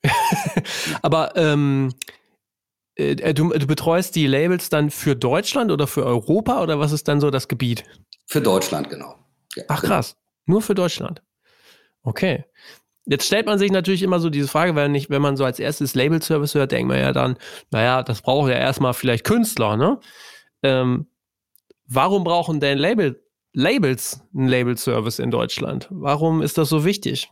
Aber ähm, äh, du, du betreust die Labels dann für Deutschland oder für Europa oder was ist dann so das Gebiet? Für Deutschland, genau. Ja, Ach krass, nur für Deutschland. Okay. Jetzt stellt man sich natürlich immer so diese Frage, wenn, nicht, wenn man so als erstes Label-Service hört, denkt man ja dann, naja, das braucht ja erstmal vielleicht Künstler, ne? Ähm, warum brauchen denn Label, Labels einen Label-Service in Deutschland? Warum ist das so wichtig?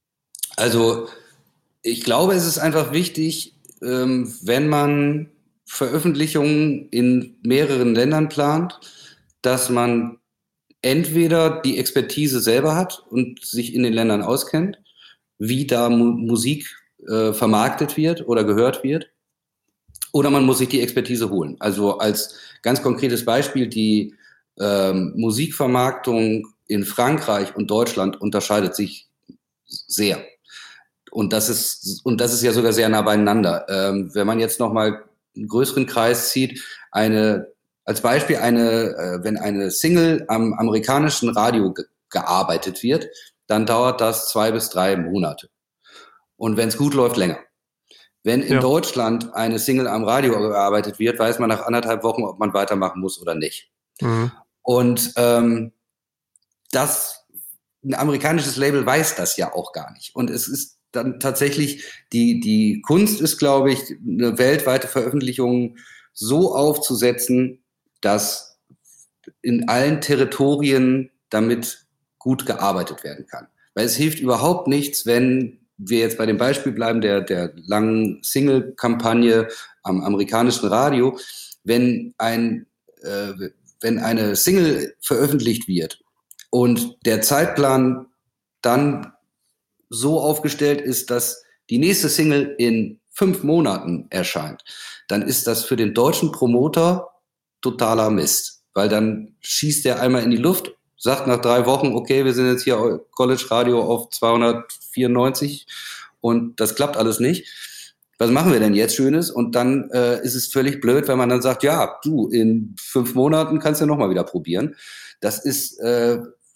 Also ich glaube, es ist einfach wichtig, ähm, wenn man Veröffentlichungen in mehreren Ländern plant, dass man entweder die Expertise selber hat und sich in den Ländern auskennt, wie da Mu- Musik äh, vermarktet wird oder gehört wird, oder man muss sich die Expertise holen. Also als ganz konkretes Beispiel, die ähm, Musikvermarktung in Frankreich und Deutschland unterscheidet sich sehr. Und das ist, und das ist ja sogar sehr nah beieinander. Ähm, wenn man jetzt nochmal einen größeren Kreis zieht, eine, als Beispiel eine, äh, wenn eine Single am amerikanischen Radio ge- gearbeitet wird, dann dauert das zwei bis drei Monate. Und wenn es gut läuft, länger. Wenn in Ja. Deutschland eine Single am Radio gearbeitet wird, weiß man nach anderthalb Wochen, ob man weitermachen muss oder nicht. Mhm. Und ähm, das, ein amerikanisches Label weiß das ja auch gar nicht. Und es ist dann tatsächlich, die, die Kunst ist, glaube ich, eine weltweite Veröffentlichung so aufzusetzen, dass in allen Territorien damit gut gearbeitet werden kann. Weil es hilft überhaupt nichts, wenn wir jetzt bei dem Beispiel bleiben, der, der langen Single-Kampagne am amerikanischen Radio, wenn ein, äh, wenn eine Single veröffentlicht wird und der Zeitplan dann so aufgestellt ist, dass die nächste Single in fünf Monaten erscheint, dann ist das für den deutschen Promoter totaler Mist. Weil dann schießt er einmal in die Luft, sagt nach drei Wochen, okay, wir sind jetzt hier College Radio auf zweihundertvierundneunzig und das klappt alles nicht. Was machen wir denn jetzt Schönes? Und dann äh, ist es völlig blöd, wenn man dann sagt, ja, du, in fünf Monaten kannst du nochmal wieder probieren. Das ist, äh,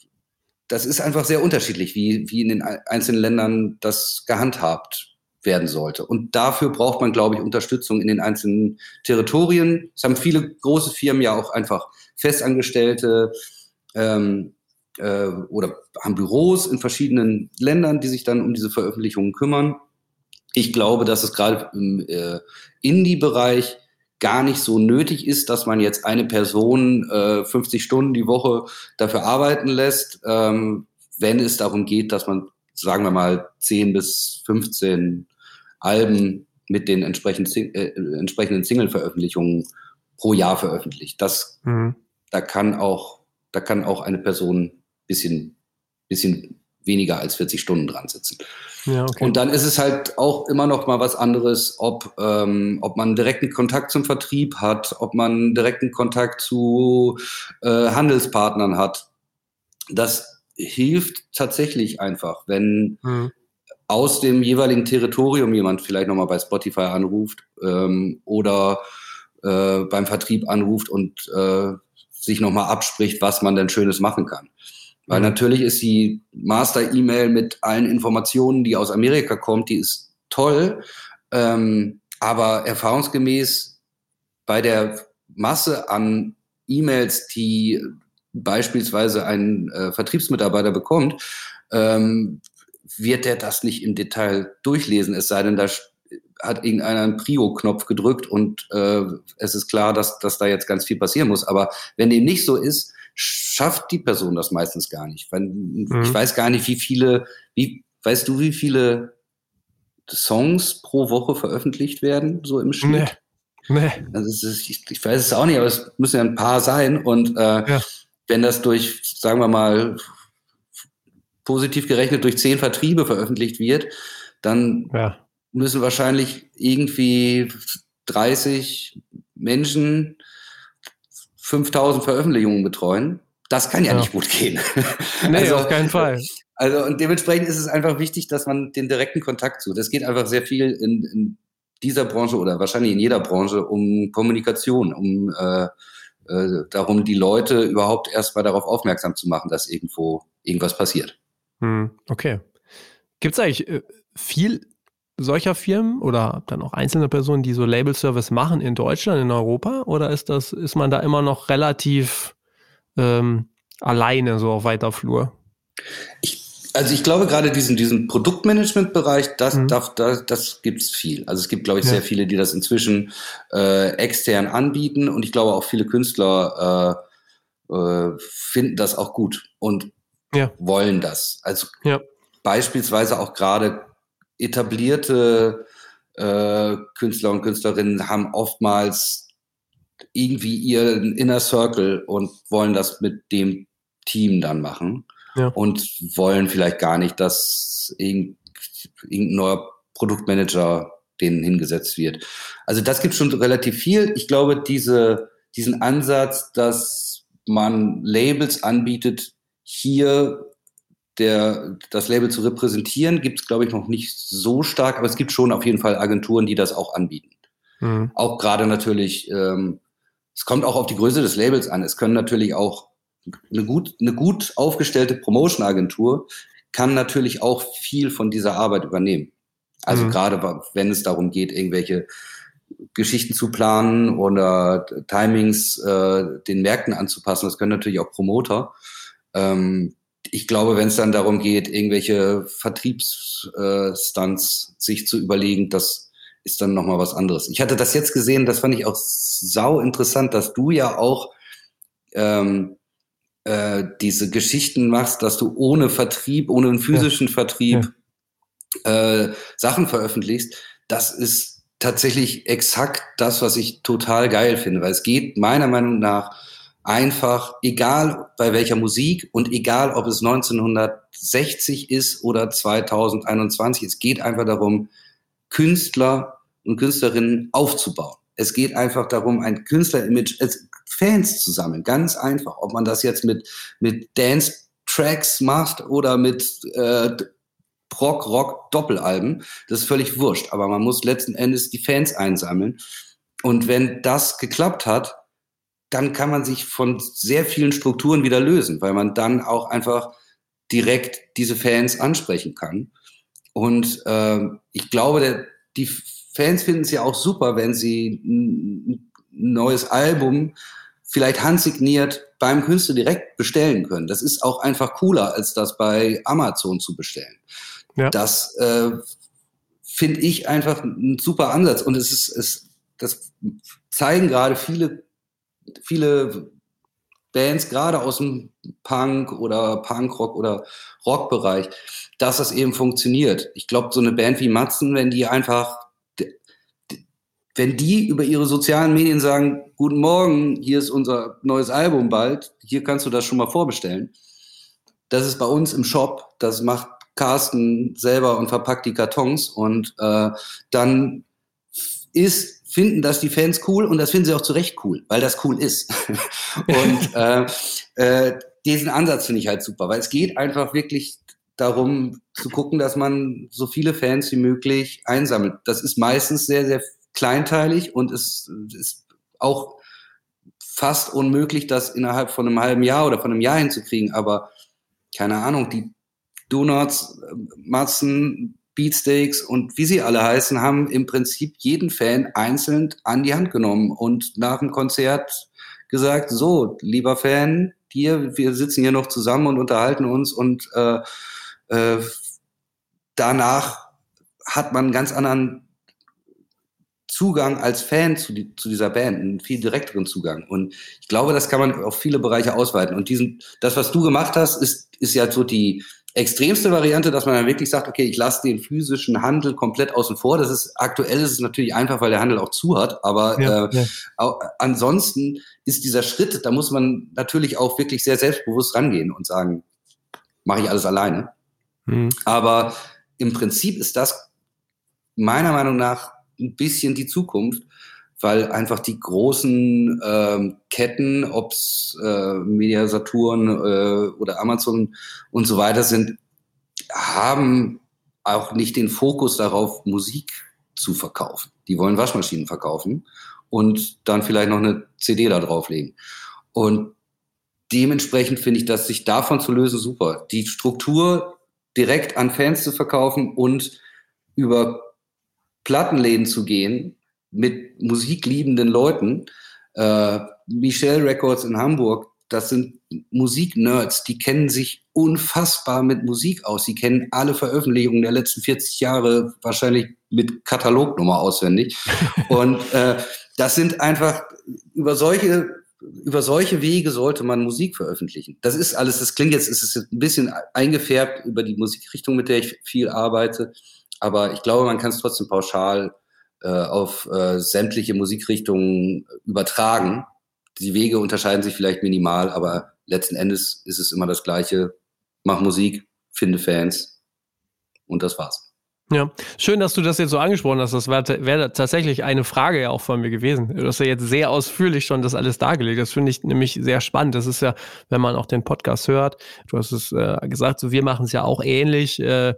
das ist einfach sehr unterschiedlich, wie, wie in den einzelnen Ländern das gehandhabt werden sollte. Und dafür braucht man, glaube ich, Unterstützung in den einzelnen Territorien. Es haben viele große Firmen ja auch einfach Festangestellte ähm, äh, oder haben Büros in verschiedenen Ländern, die sich dann um diese Veröffentlichungen kümmern. Ich glaube, dass es gerade im äh, Indie-Bereich gar nicht so nötig ist, dass man jetzt eine Person äh, fünfzig Stunden die Woche dafür arbeiten lässt, ähm, wenn es darum geht, dass man, sagen wir mal, zehn bis fünfzehn Alben mit den entsprechenden, äh, entsprechenden Single-Veröffentlichungen pro Jahr veröffentlicht. Das, Mhm. da kann auch, da kann auch eine Person bisschen, bisschen weniger als vierzig Stunden dran sitzen. Ja, okay. Und dann ist es halt auch immer noch mal was anderes, ob, ähm, ob man direkten Kontakt zum Vertrieb hat, ob man direkten Kontakt zu äh, Handelspartnern hat. Das hilft tatsächlich einfach, wenn Mhm. aus dem jeweiligen Territorium jemand vielleicht nochmal bei Spotify anruft ähm, oder äh, beim Vertrieb anruft und äh, sich nochmal abspricht, was man denn Schönes machen kann. Weil Mhm. natürlich ist die Master-E-Mail mit allen Informationen, die aus Amerika kommt, die ist toll, ähm, aber erfahrungsgemäß bei der Masse an E-Mails, die beispielsweise ein äh, Vertriebsmitarbeiter bekommt, ähm, wird der das nicht im Detail durchlesen, es sei denn, da hat irgendeiner einen Prio-Knopf gedrückt und äh, es ist klar, dass, dass da jetzt ganz viel passieren muss. Aber wenn dem nicht so ist, schafft die Person das meistens gar nicht. Weil, Mhm. Ich weiß gar nicht, wie viele, wie, weißt du, wie viele Songs pro Woche veröffentlicht werden, so im Schnitt? Nee. Nee. Also es ist, ich, ich weiß es auch nicht, aber es müssen ja ein paar sein. Und äh, Ja. wenn das durch, sagen wir mal, positiv gerechnet durch zehn Vertriebe veröffentlicht wird, dann Ja. müssen wahrscheinlich irgendwie dreißig Menschen fünftausend Veröffentlichungen betreuen. Das kann ja, Ja. nicht gut gehen. Nee, also, auf keinen Fall. Also und dementsprechend ist es einfach wichtig, dass man den direkten Kontakt sucht. Es geht einfach sehr viel in, in dieser Branche oder wahrscheinlich in jeder Branche um Kommunikation, um äh, äh, darum, die Leute überhaupt erst mal darauf aufmerksam zu machen, dass irgendwo irgendwas passiert. Hm, okay. Gibt es eigentlich äh, viel solcher Firmen oder dann auch einzelne Personen, die so Label-Service machen in Deutschland, in Europa? Oder ist das, ist man da immer noch relativ ähm, alleine so auf weiter Flur? Ich, also ich glaube gerade diesen, diesen Produktmanagement-Bereich, das, Mhm. das, das, das gibt es viel. Also es gibt, glaube ich, Ja. sehr viele, die das inzwischen äh, extern anbieten und ich glaube auch viele Künstler äh, äh, finden das auch gut und Ja. wollen das. Also Ja. beispielsweise auch gerade etablierte äh, Künstler und Künstlerinnen haben oftmals irgendwie ihren Inner Circle und wollen das mit dem Team dann machen. Ja. Und wollen vielleicht gar nicht, dass irgendein neuer Produktmanager denen hingesetzt wird. Also das gibt schon relativ viel. Ich glaube, diese, diesen Ansatz, dass man Labels anbietet, hier der, das Label zu repräsentieren, gibt es, glaube ich, noch nicht so stark, aber es gibt schon auf jeden Fall Agenturen, die das auch anbieten. Mhm. Auch gerade natürlich, ähm, es kommt auch auf die Größe des Labels an. Es können natürlich auch eine gut, eine gut aufgestellte Promotion-Agentur kann natürlich auch viel von dieser Arbeit übernehmen. Also Mhm. gerade wenn es darum geht, irgendwelche Geschichten zu planen oder Timings äh, den Märkten anzupassen, das können natürlich auch Promoter. Ähm, ich glaube, wenn es dann darum geht, irgendwelche Vertriebsstunts äh, sich zu überlegen, das ist dann nochmal was anderes. Ich hatte das jetzt gesehen, das fand ich auch sau interessant, dass du ja auch ähm, äh, diese Geschichten machst, dass du ohne Vertrieb, ohne einen physischen ja. Vertrieb ja. Äh, Sachen veröffentlichst. Das ist tatsächlich exakt das, was ich total geil finde, weil es geht meiner Meinung nach einfach, egal bei welcher Musik und egal, ob es neunzehnhundertsechzig ist oder zweitausendeinundzwanzig, es geht einfach darum, Künstler und Künstlerinnen aufzubauen. Es geht einfach darum, ein Künstler-Image, Fans zu sammeln, ganz einfach. Ob man das jetzt mit, mit Dance-Tracks macht oder mit äh, Rock-Rock-Doppelalben, das ist völlig wurscht. Aber man muss letzten Endes die Fans einsammeln. Und wenn das geklappt hat, dann kann man sich von sehr vielen Strukturen wieder lösen, weil man dann auch einfach direkt diese Fans ansprechen kann. Und äh, ich glaube, der, die Fans finden es ja auch super, wenn sie ein neues Album vielleicht handsigniert beim Künstler direkt bestellen können. Das ist auch einfach cooler, als das bei Amazon zu bestellen. Ja. Das äh, finde ich einfach ein super Ansatz. Und es ist, es, das zeigen gerade viele, viele Bands, gerade aus dem Punk oder Punkrock oder Rockbereich, dass das eben funktioniert. Ich glaube, so eine Band wie Matzen, wenn die einfach, wenn die über ihre sozialen Medien sagen, guten Morgen, hier ist unser neues Album bald, hier kannst du das schon mal vorbestellen. Das ist bei uns im Shop, das macht Carsten selber und verpackt die Kartons und äh, dann ist finden das die Fans cool und das finden sie auch zu Recht cool, weil das cool ist. Und äh, äh, diesen Ansatz finde ich halt super, weil es geht einfach wirklich darum zu gucken, dass man so viele Fans wie möglich einsammelt. Das ist meistens sehr, sehr kleinteilig und es ist auch fast unmöglich, das innerhalb von einem halben Jahr oder von einem Jahr hinzukriegen. Aber keine Ahnung, die Donuts, Matzen, Beatsteaks und wie sie alle heißen, haben im Prinzip jeden Fan einzeln an die Hand genommen und nach dem Konzert gesagt, so, lieber Fan, hier, wir sitzen hier noch zusammen und unterhalten uns und äh, äh, danach hat man einen ganz anderen Zugang als Fan zu, die, zu dieser Band, einen viel direkteren Zugang. Und ich glaube, das kann man auf viele Bereiche ausweiten. Und diesen, das, was du gemacht hast, ist, ist ja so die extremste Variante, dass man dann wirklich sagt, okay, ich lasse den physischen Handel komplett außen vor. Das ist aktuell ist es natürlich einfach, weil der Handel auch zu hat. Aber ja, äh, ja. Auch, ansonsten ist dieser Schritt, da muss man natürlich auch wirklich sehr selbstbewusst rangehen und sagen, mache ich alles alleine. Mhm. Aber im Prinzip ist das meiner Meinung nach ein bisschen die Zukunft, weil einfach die großen ähm, Ketten, ob es äh, Media Saturn äh, oder Amazon und so weiter sind, haben auch nicht den Fokus darauf, Musik zu verkaufen. Die wollen Waschmaschinen verkaufen und dann vielleicht noch eine C D da drauflegen. Und dementsprechend finde ich, dass sich davon zu lösen, super. Die Struktur direkt an Fans zu verkaufen und über Plattenläden zu gehen mit musikliebenden Leuten. Äh, Michelle Records in Hamburg, das sind Musiknerds, die kennen sich unfassbar mit Musik aus. Sie kennen alle Veröffentlichungen der letzten vierzig Jahre wahrscheinlich mit Katalognummer auswendig. Und äh, das sind einfach, über solche, über solche Wege sollte man Musik veröffentlichen. Das ist alles, das klingt jetzt, es ist ein bisschen eingefärbt über die Musikrichtung, mit der ich viel arbeite. Aber ich glaube, man kann es trotzdem pauschal äh, auf äh, sämtliche Musikrichtungen übertragen. Die Wege unterscheiden sich vielleicht minimal, aber letzten Endes ist es immer das Gleiche. Mach Musik, finde Fans und das war's. Ja, schön, dass du das jetzt so angesprochen hast. Das wäre wär tatsächlich eine Frage ja auch von mir gewesen. Du hast ja jetzt sehr ausführlich schon das alles dargelegt. Das finde ich nämlich sehr spannend. Das ist ja, wenn man auch den Podcast hört, du hast es äh, gesagt, so wir machen es ja auch ähnlich. Äh,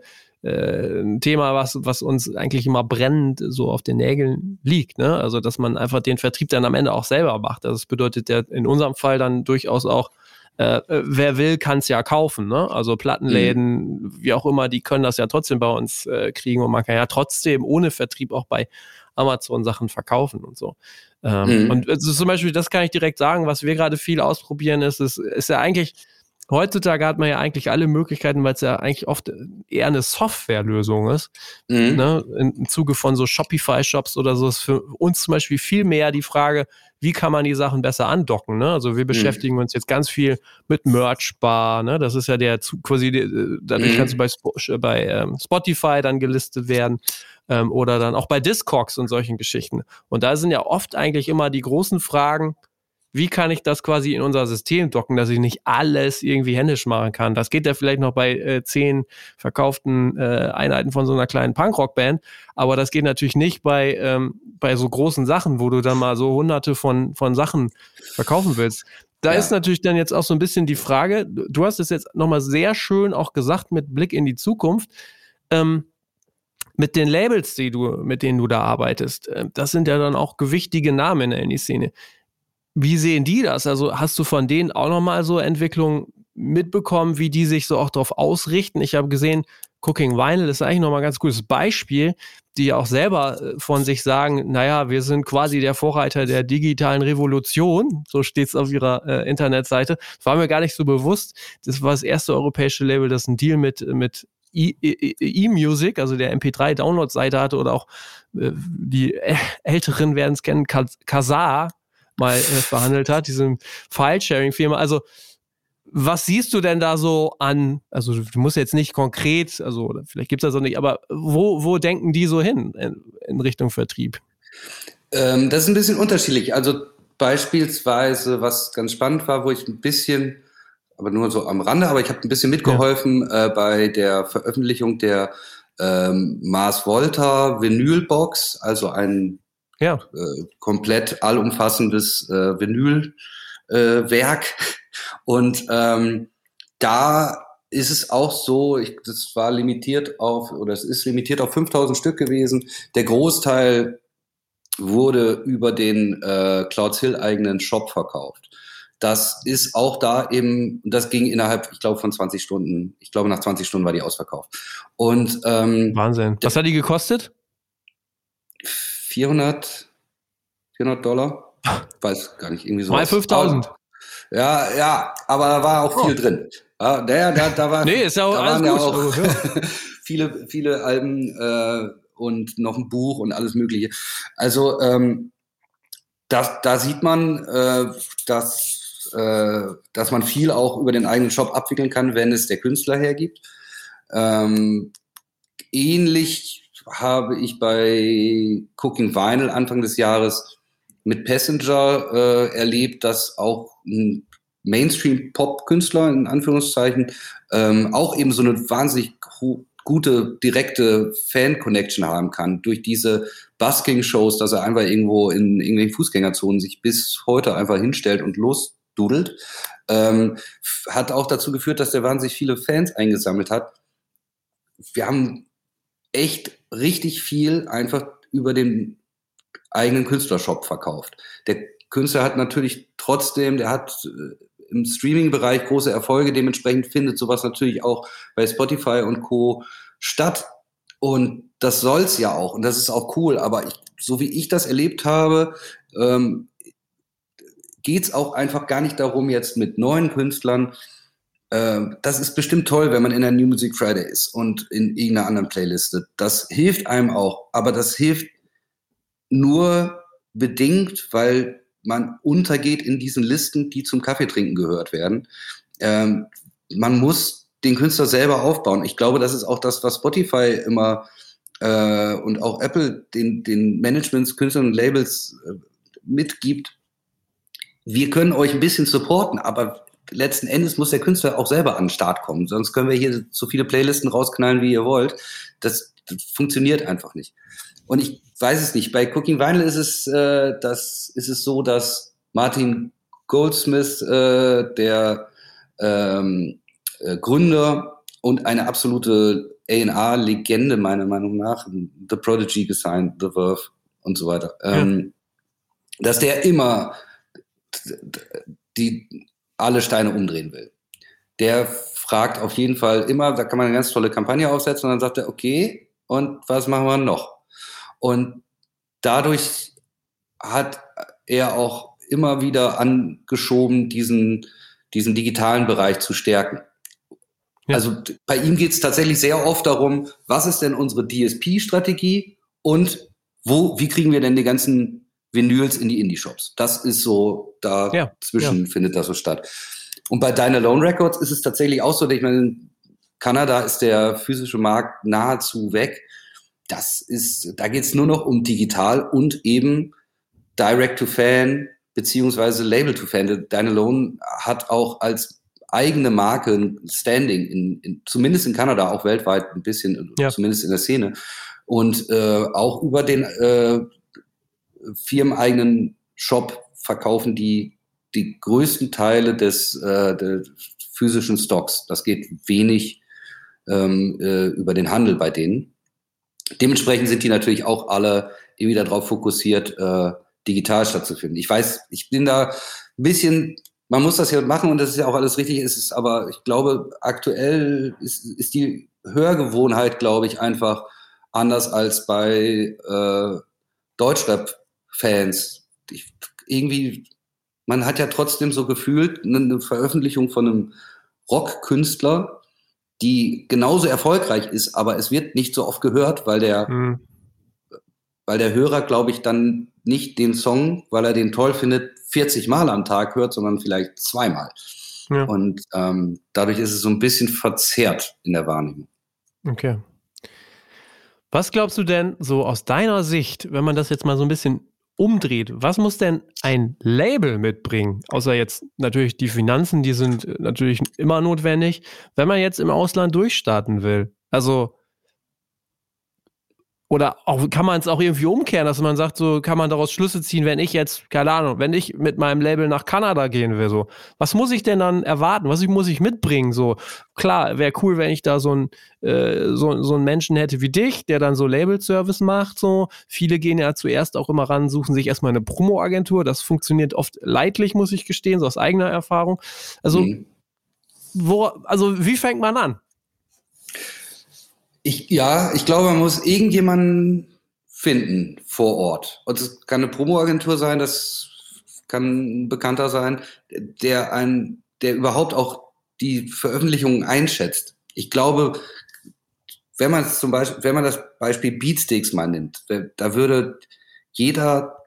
ein Thema, was, was uns eigentlich immer brennend so auf den Nägeln liegt, ne? Also, dass man einfach den Vertrieb dann am Ende auch selber macht. Also, das bedeutet ja in unserem Fall dann durchaus auch, äh, wer will, kann es ja kaufen, ne? Also, Plattenläden, mhm. wie auch immer, die können das ja trotzdem bei uns äh, kriegen und man kann ja trotzdem ohne Vertrieb auch bei Amazon Sachen verkaufen und so. Ähm, mhm. Und also zum Beispiel, das kann ich direkt sagen, was wir gerade viel ausprobieren, ist, ist, ist ja eigentlich heutzutage hat man ja eigentlich alle Möglichkeiten, weil es ja eigentlich oft eher eine Softwarelösung ist. Mhm. Ne? Im Zuge von so Shopify-Shops oder so ist für uns zum Beispiel viel mehr die Frage, wie kann man die Sachen besser andocken? Ne? Also wir beschäftigen mhm. uns jetzt ganz viel mit Merchbar. Ne? Das ist ja der quasi, dadurch mhm. kannst du bei, Sp- bei ähm, Spotify dann gelistet werden ähm, oder dann auch bei Discogs und solchen Geschichten. Und da sind ja oft eigentlich immer die großen Fragen, wie kann ich das quasi in unser System docken, dass ich nicht alles irgendwie händisch machen kann? Das geht ja vielleicht noch bei äh, zehn verkauften äh, Einheiten von so einer kleinen Punkrock-Band, aber das geht natürlich nicht bei, ähm, bei so großen Sachen, wo du dann mal so hunderte von, von Sachen verkaufen willst. Da ja. ist natürlich dann jetzt auch so ein bisschen die Frage, du hast es jetzt nochmal sehr schön auch gesagt mit Blick in die Zukunft, ähm, mit den Labels, die du, mit denen du da arbeitest, äh, das sind ja dann auch gewichtige Namen in der Indie-Szene. Wie sehen die das? Also hast du von denen auch nochmal so Entwicklungen mitbekommen, wie die sich so auch darauf ausrichten? Ich habe gesehen, Cooking Vinyl ist eigentlich nochmal ein ganz gutes Beispiel, die ja auch selber von sich sagen, naja, wir sind quasi der Vorreiter der digitalen Revolution, so steht es auf ihrer äh, Internetseite. Das war mir gar nicht so bewusst. Das war das erste europäische Label, das einen Deal mit, mit E-Music, also der M P drei Download-Seite hatte oder auch äh, die Älteren werden es kennen, Kazaa mal äh, verhandelt hat, diese File-Sharing-Firma. Also was siehst du denn da so an, also du musst jetzt nicht konkret, also vielleicht gibt es das auch nicht, aber wo, wo denken die so hin in, in Richtung Vertrieb? Ähm, das ist ein bisschen unterschiedlich. Also beispielsweise, was ganz spannend war, wo ich ein bisschen, aber nur so am Rande, aber ich habe ein bisschen mitgeholfen ja. äh, bei der Veröffentlichung der ähm, Mars Volta Vinylbox, also ein Ja. Äh, komplett allumfassendes äh, Vinylwerk. Äh, und ähm, da ist es auch so, ich, das war limitiert auf, oder es ist limitiert auf fünftausend Stück gewesen. Der Großteil wurde über den äh, Clouds Hill eigenen Shop verkauft. Das ist auch da eben, das ging innerhalb, ich glaube, von zwanzig Stunden. Ich glaube, nach zwanzig Stunden war die ausverkauft. Und ähm, Wahnsinn. Was hat die gekostet? vierhundert Dollar? Weiß gar nicht, irgendwie so. Mal fünftausend. Ja, ja, aber da war auch viel oh. drin. Ja, da, da, da war, nee, ist ja auch da alles waren gut. Ja auch viele, viele Alben äh, und noch ein Buch und alles Mögliche. Also ähm, das, da sieht man, äh, dass, äh, dass man viel auch über den eigenen Shop abwickeln kann, wenn es der Künstler hergibt. Ähm, ähnlich habe ich bei Cooking Vinyl Anfang des Jahres mit Passenger äh, erlebt, dass auch ein Mainstream-Pop-Künstler, in Anführungszeichen, ähm, auch eben so eine wahnsinnig ho- gute, direkte Fan-Connection haben kann durch diese Busking-Shows, dass er einfach irgendwo in irgendwelchen Fußgängerzonen sich bis heute einfach hinstellt und losdudelt. Ähm, hat auch dazu geführt, dass der wahnsinnig viele Fans eingesammelt hat. Wir haben echt richtig viel einfach über den eigenen Künstlershop verkauft. Der Künstler hat natürlich trotzdem, der hat äh, im Streaming-Bereich große Erfolge, dementsprechend findet sowas natürlich auch bei Spotify und Co. statt. Und das soll's ja auch und das ist auch cool, aber ich, so wie ich das erlebt habe, ähm, geht's auch einfach gar nicht darum, jetzt mit neuen Künstlern. Ähm, das ist bestimmt toll, wenn man in der New Music Friday ist und in irgendeiner anderen Playliste. Das hilft einem auch, aber das hilft nur bedingt, weil man untergeht in diesen Listen, die zum Kaffeetrinken gehört werden. Ähm, man muss den Künstler selber aufbauen. Ich glaube, das ist auch das, was Spotify immer äh, und auch Apple den, den Managements, Künstlern und Labels äh, mitgibt. Wir können euch ein bisschen supporten, aber letzten Endes muss der Künstler auch selber an den Start kommen. Sonst können wir hier so viele Playlisten rausknallen, wie ihr wollt. Das, das funktioniert einfach nicht. Und ich weiß es nicht. Bei Cooking Vinyl ist es, äh, das, ist es so, dass Martin Goldsmith, äh, der ähm, äh, Gründer und eine absolute A and R-Legende meiner Meinung nach, The Prodigy gesigned, The Verve und so weiter, ähm, ja. dass der immer die alle Steine umdrehen will. Der fragt auf jeden Fall immer, da kann man eine ganz tolle Kampagne aufsetzen und dann sagt er, okay, und was machen wir noch? Und dadurch hat er auch immer wieder angeschoben, diesen, diesen digitalen Bereich zu stärken. Ja. Also bei ihm geht es tatsächlich sehr oft darum, was ist denn unsere D S P-Strategie und wo, wie kriegen wir denn die ganzen Vinyls in die Indie-Shops? Das ist so, dazwischen ja, ja. findet das so statt. Und bei Dinah Lone Records ist es tatsächlich auch so, ich meine, in Kanada ist der physische Markt nahezu weg. Das ist, da geht es nur noch um digital und eben Direct-to-Fan beziehungsweise Label-to-Fan. Dinah Lone hat auch als eigene Marke ein Standing, in, in, zumindest in Kanada, auch weltweit ein bisschen, ja. zumindest in der Szene. Und äh, auch über den äh, firmeneigenen Shop verkaufen die die größten Teile des, äh, des physischen Stocks. Das geht wenig ähm, äh, über den Handel bei denen. Dementsprechend sind die natürlich auch alle irgendwie darauf fokussiert, äh, digital stattzufinden. Ich weiß, ich bin da ein bisschen, man muss das ja machen und das ist ja auch alles richtig, ist es, aber ich glaube, aktuell ist, ist die Hörgewohnheit, glaube ich, einfach anders als bei äh, Deutschrap-Fans. Ich, irgendwie, man hat ja trotzdem so gefühlt eine Veröffentlichung von einem Rockkünstler, die genauso erfolgreich ist, aber es wird nicht so oft gehört, weil der, mhm. weil der Hörer, glaube ich, dann nicht den Song, weil er den toll findet, vierzig Mal am Tag hört, sondern vielleicht zweimal. Ja. Und ähm, dadurch ist es so ein bisschen verzerrt in der Wahrnehmung. Okay. Was glaubst du denn so aus deiner Sicht, wenn man das jetzt mal so ein bisschen umdreht, was muss denn ein Label mitbringen? Außer jetzt natürlich die Finanzen, die sind natürlich immer notwendig, wenn man jetzt im Ausland durchstarten will. Also, oder auch, kann man es auch irgendwie umkehren, dass man sagt, so kann man daraus Schlüsse ziehen, wenn ich jetzt, keine Ahnung, wenn ich mit meinem Label nach Kanada gehen will, so, was muss ich denn dann erwarten? Was muss ich mitbringen? So, klar, wäre cool, wenn ich da so ein äh, so, so einen Menschen hätte wie dich, der dann so Label-Service macht, so. Viele gehen ja zuerst auch immer ran, suchen sich erstmal eine Promo-Agentur, das funktioniert oft leidlich, muss ich gestehen, so aus eigener Erfahrung. Also, mhm. wo, also wie fängt man an? Ich, ja, ich glaube, man muss irgendjemanden finden vor Ort. Und es kann eine Promo-Agentur sein, das kann ein Bekannter sein, der ein, der überhaupt auch die Veröffentlichungen einschätzt. Ich glaube, wenn man zum Beispiel, wenn man das Beispiel Beatsteaks mal nimmt, da würde jeder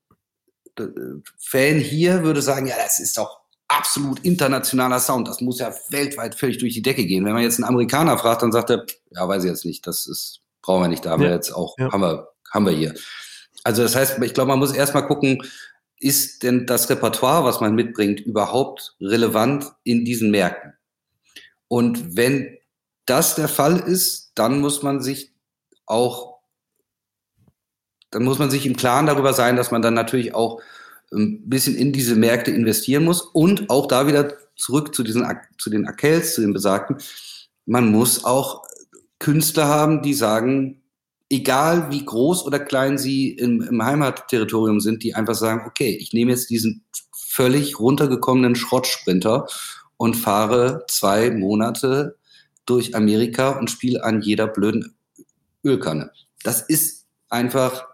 Fan hier würde sagen, ja, das ist doch absolut internationaler Sound, das muss ja weltweit völlig durch die Decke gehen. Wenn man jetzt einen Amerikaner fragt, dann sagt er, ja, weiß ich jetzt nicht, das ist, brauchen wir nicht, da haben ja. wir jetzt auch, ja. haben wir, haben wir hier. Also das heißt, ich glaube, man muss erstmal gucken, ist denn das Repertoire, was man mitbringt, überhaupt relevant in diesen Märkten? Und wenn das der Fall ist, dann muss man sich auch, dann muss man sich im Klaren darüber sein, dass man dann natürlich auch ein bisschen in diese Märkte investieren muss und auch da wieder zurück zu diesen, zu den Akels, zu den Besagten. Man muss auch Künstler haben, die sagen, egal wie groß oder klein sie im, im Heimatterritorium sind, die einfach sagen, okay, ich nehme jetzt diesen völlig runtergekommenen Schrottsprinter und fahre zwei Monate durch Amerika und spiele an jeder blöden Ölkanne. Das ist einfach,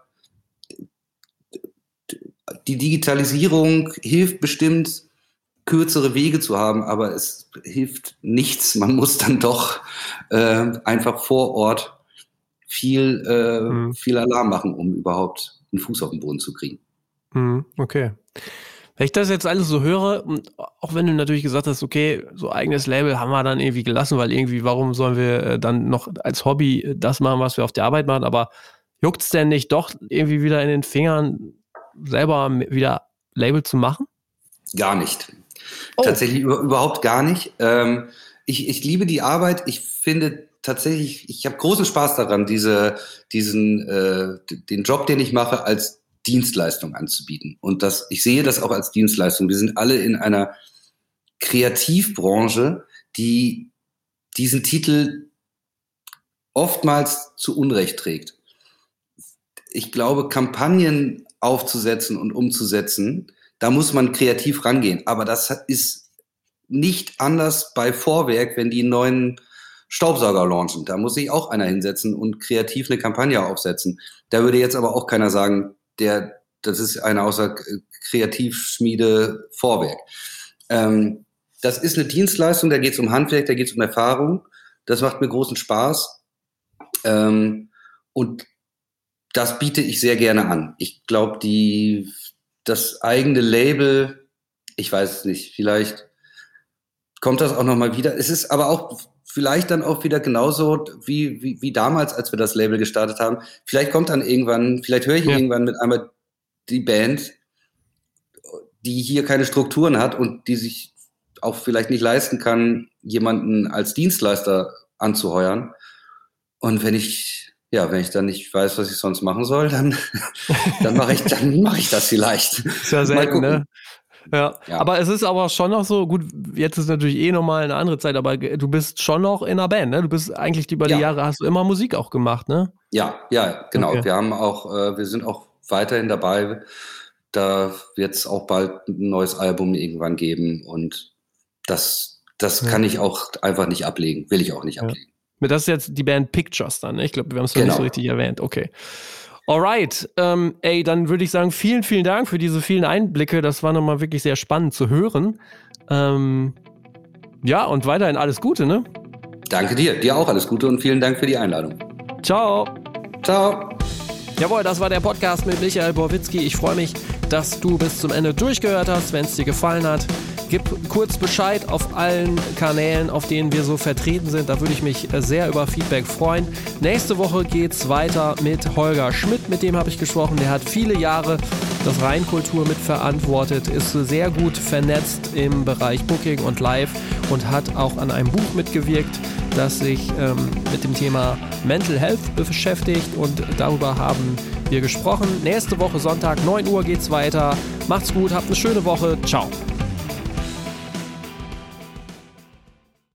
die Digitalisierung hilft bestimmt, kürzere Wege zu haben, aber es hilft nichts. Man muss dann doch äh, einfach vor Ort viel, äh, mhm. viel Alarm machen, um überhaupt einen Fuß auf den Boden zu kriegen. Mhm, okay. Wenn ich das jetzt alles so höre, auch wenn du natürlich gesagt hast, okay, so eigenes Label haben wir dann irgendwie gelassen, weil irgendwie, warum sollen wir dann noch als Hobby das machen, was wir auf der Arbeit machen, aber juckt es denn nicht doch irgendwie wieder in den Fingern, selber wieder Label zu machen? Gar nicht. Oh. Tatsächlich überhaupt gar nicht. Ähm, ich, ich liebe die Arbeit. Ich finde tatsächlich, ich habe großen Spaß daran, diese, diesen, äh, den Job, den ich mache, als Dienstleistung anzubieten. Und das, ich sehe das auch als Dienstleistung. Wir sind alle in einer Kreativbranche, die diesen Titel oftmals zu Unrecht trägt. Ich glaube, Kampagnen aufzusetzen und umzusetzen, da muss man kreativ rangehen. Aber das ist nicht anders bei Vorwerk, wenn die einen neuen Staubsauger launchen. Da muss sich auch einer hinsetzen und kreativ eine Kampagne aufsetzen. Da würde jetzt aber auch keiner sagen, der, das ist einer außer Kreativschmiede Vorwerk. Ähm, das ist eine Dienstleistung, da geht es um Handwerk, da geht es um Erfahrung. Das macht mir großen Spaß. Ähm, und das biete ich sehr gerne an. Ich glaube, die, das eigene Label, ich weiß es nicht, vielleicht kommt das auch nochmal wieder. Es ist aber auch vielleicht dann auch wieder genauso wie, wie, wie damals, als wir das Label gestartet haben. Vielleicht kommt dann irgendwann, vielleicht höre ich ja. irgendwann mit einmal die Band, die hier keine Strukturen hat und die sich auch vielleicht nicht leisten kann, jemanden als Dienstleister anzuheuern. Und wenn ich, ja, wenn ich dann nicht weiß, was ich sonst machen soll, dann, dann mache ich, dann mache ich das vielleicht. Ist ja selten, ne? Ja. ja, aber es ist aber schon noch so, gut, jetzt ist natürlich eh nochmal eine andere Zeit, aber du bist schon noch in einer Band, ne? Du bist eigentlich über die ja. Jahre, hast du immer Musik auch gemacht, ne? Ja, ja, genau. Okay. Wir haben auch, äh, wir sind auch weiterhin dabei. Da wird es auch bald ein neues Album irgendwann geben und das, das ja. kann ich auch einfach nicht ablegen, will ich auch nicht ja. ablegen. Das ist jetzt die Band Pictures dann, ne? Ich glaube, wir haben es noch genau. nicht so richtig erwähnt, okay. Alright, ähm, ey, dann würde ich sagen, vielen, vielen Dank für diese vielen Einblicke. Das war nochmal wirklich sehr spannend zu hören. Ähm, ja, und weiterhin alles Gute, ne? Danke dir, dir auch alles Gute und vielen Dank für die Einladung. Ciao. Ciao. Jawohl, das war der Podcast mit Michael Borwitzki. Ich freue mich, dass du bis zum Ende durchgehört hast. Wenn es dir gefallen hat, gib kurz Bescheid auf allen Kanälen, auf denen wir so vertreten sind. Da würde ich mich sehr über Feedback freuen. Nächste Woche geht's weiter mit Holger Schmidt. Mit dem habe ich gesprochen. Der hat viele Jahre das Rheinkultur mitverantwortet, ist sehr gut vernetzt im Bereich Booking und Live und hat auch an einem Buch mitgewirkt, das sich ähm, mit dem Thema Mental Health beschäftigt, und darüber haben wir gesprochen. Nächste Woche Sonntag, neun Uhr geht's weiter. Macht's gut, habt eine schöne Woche. Ciao.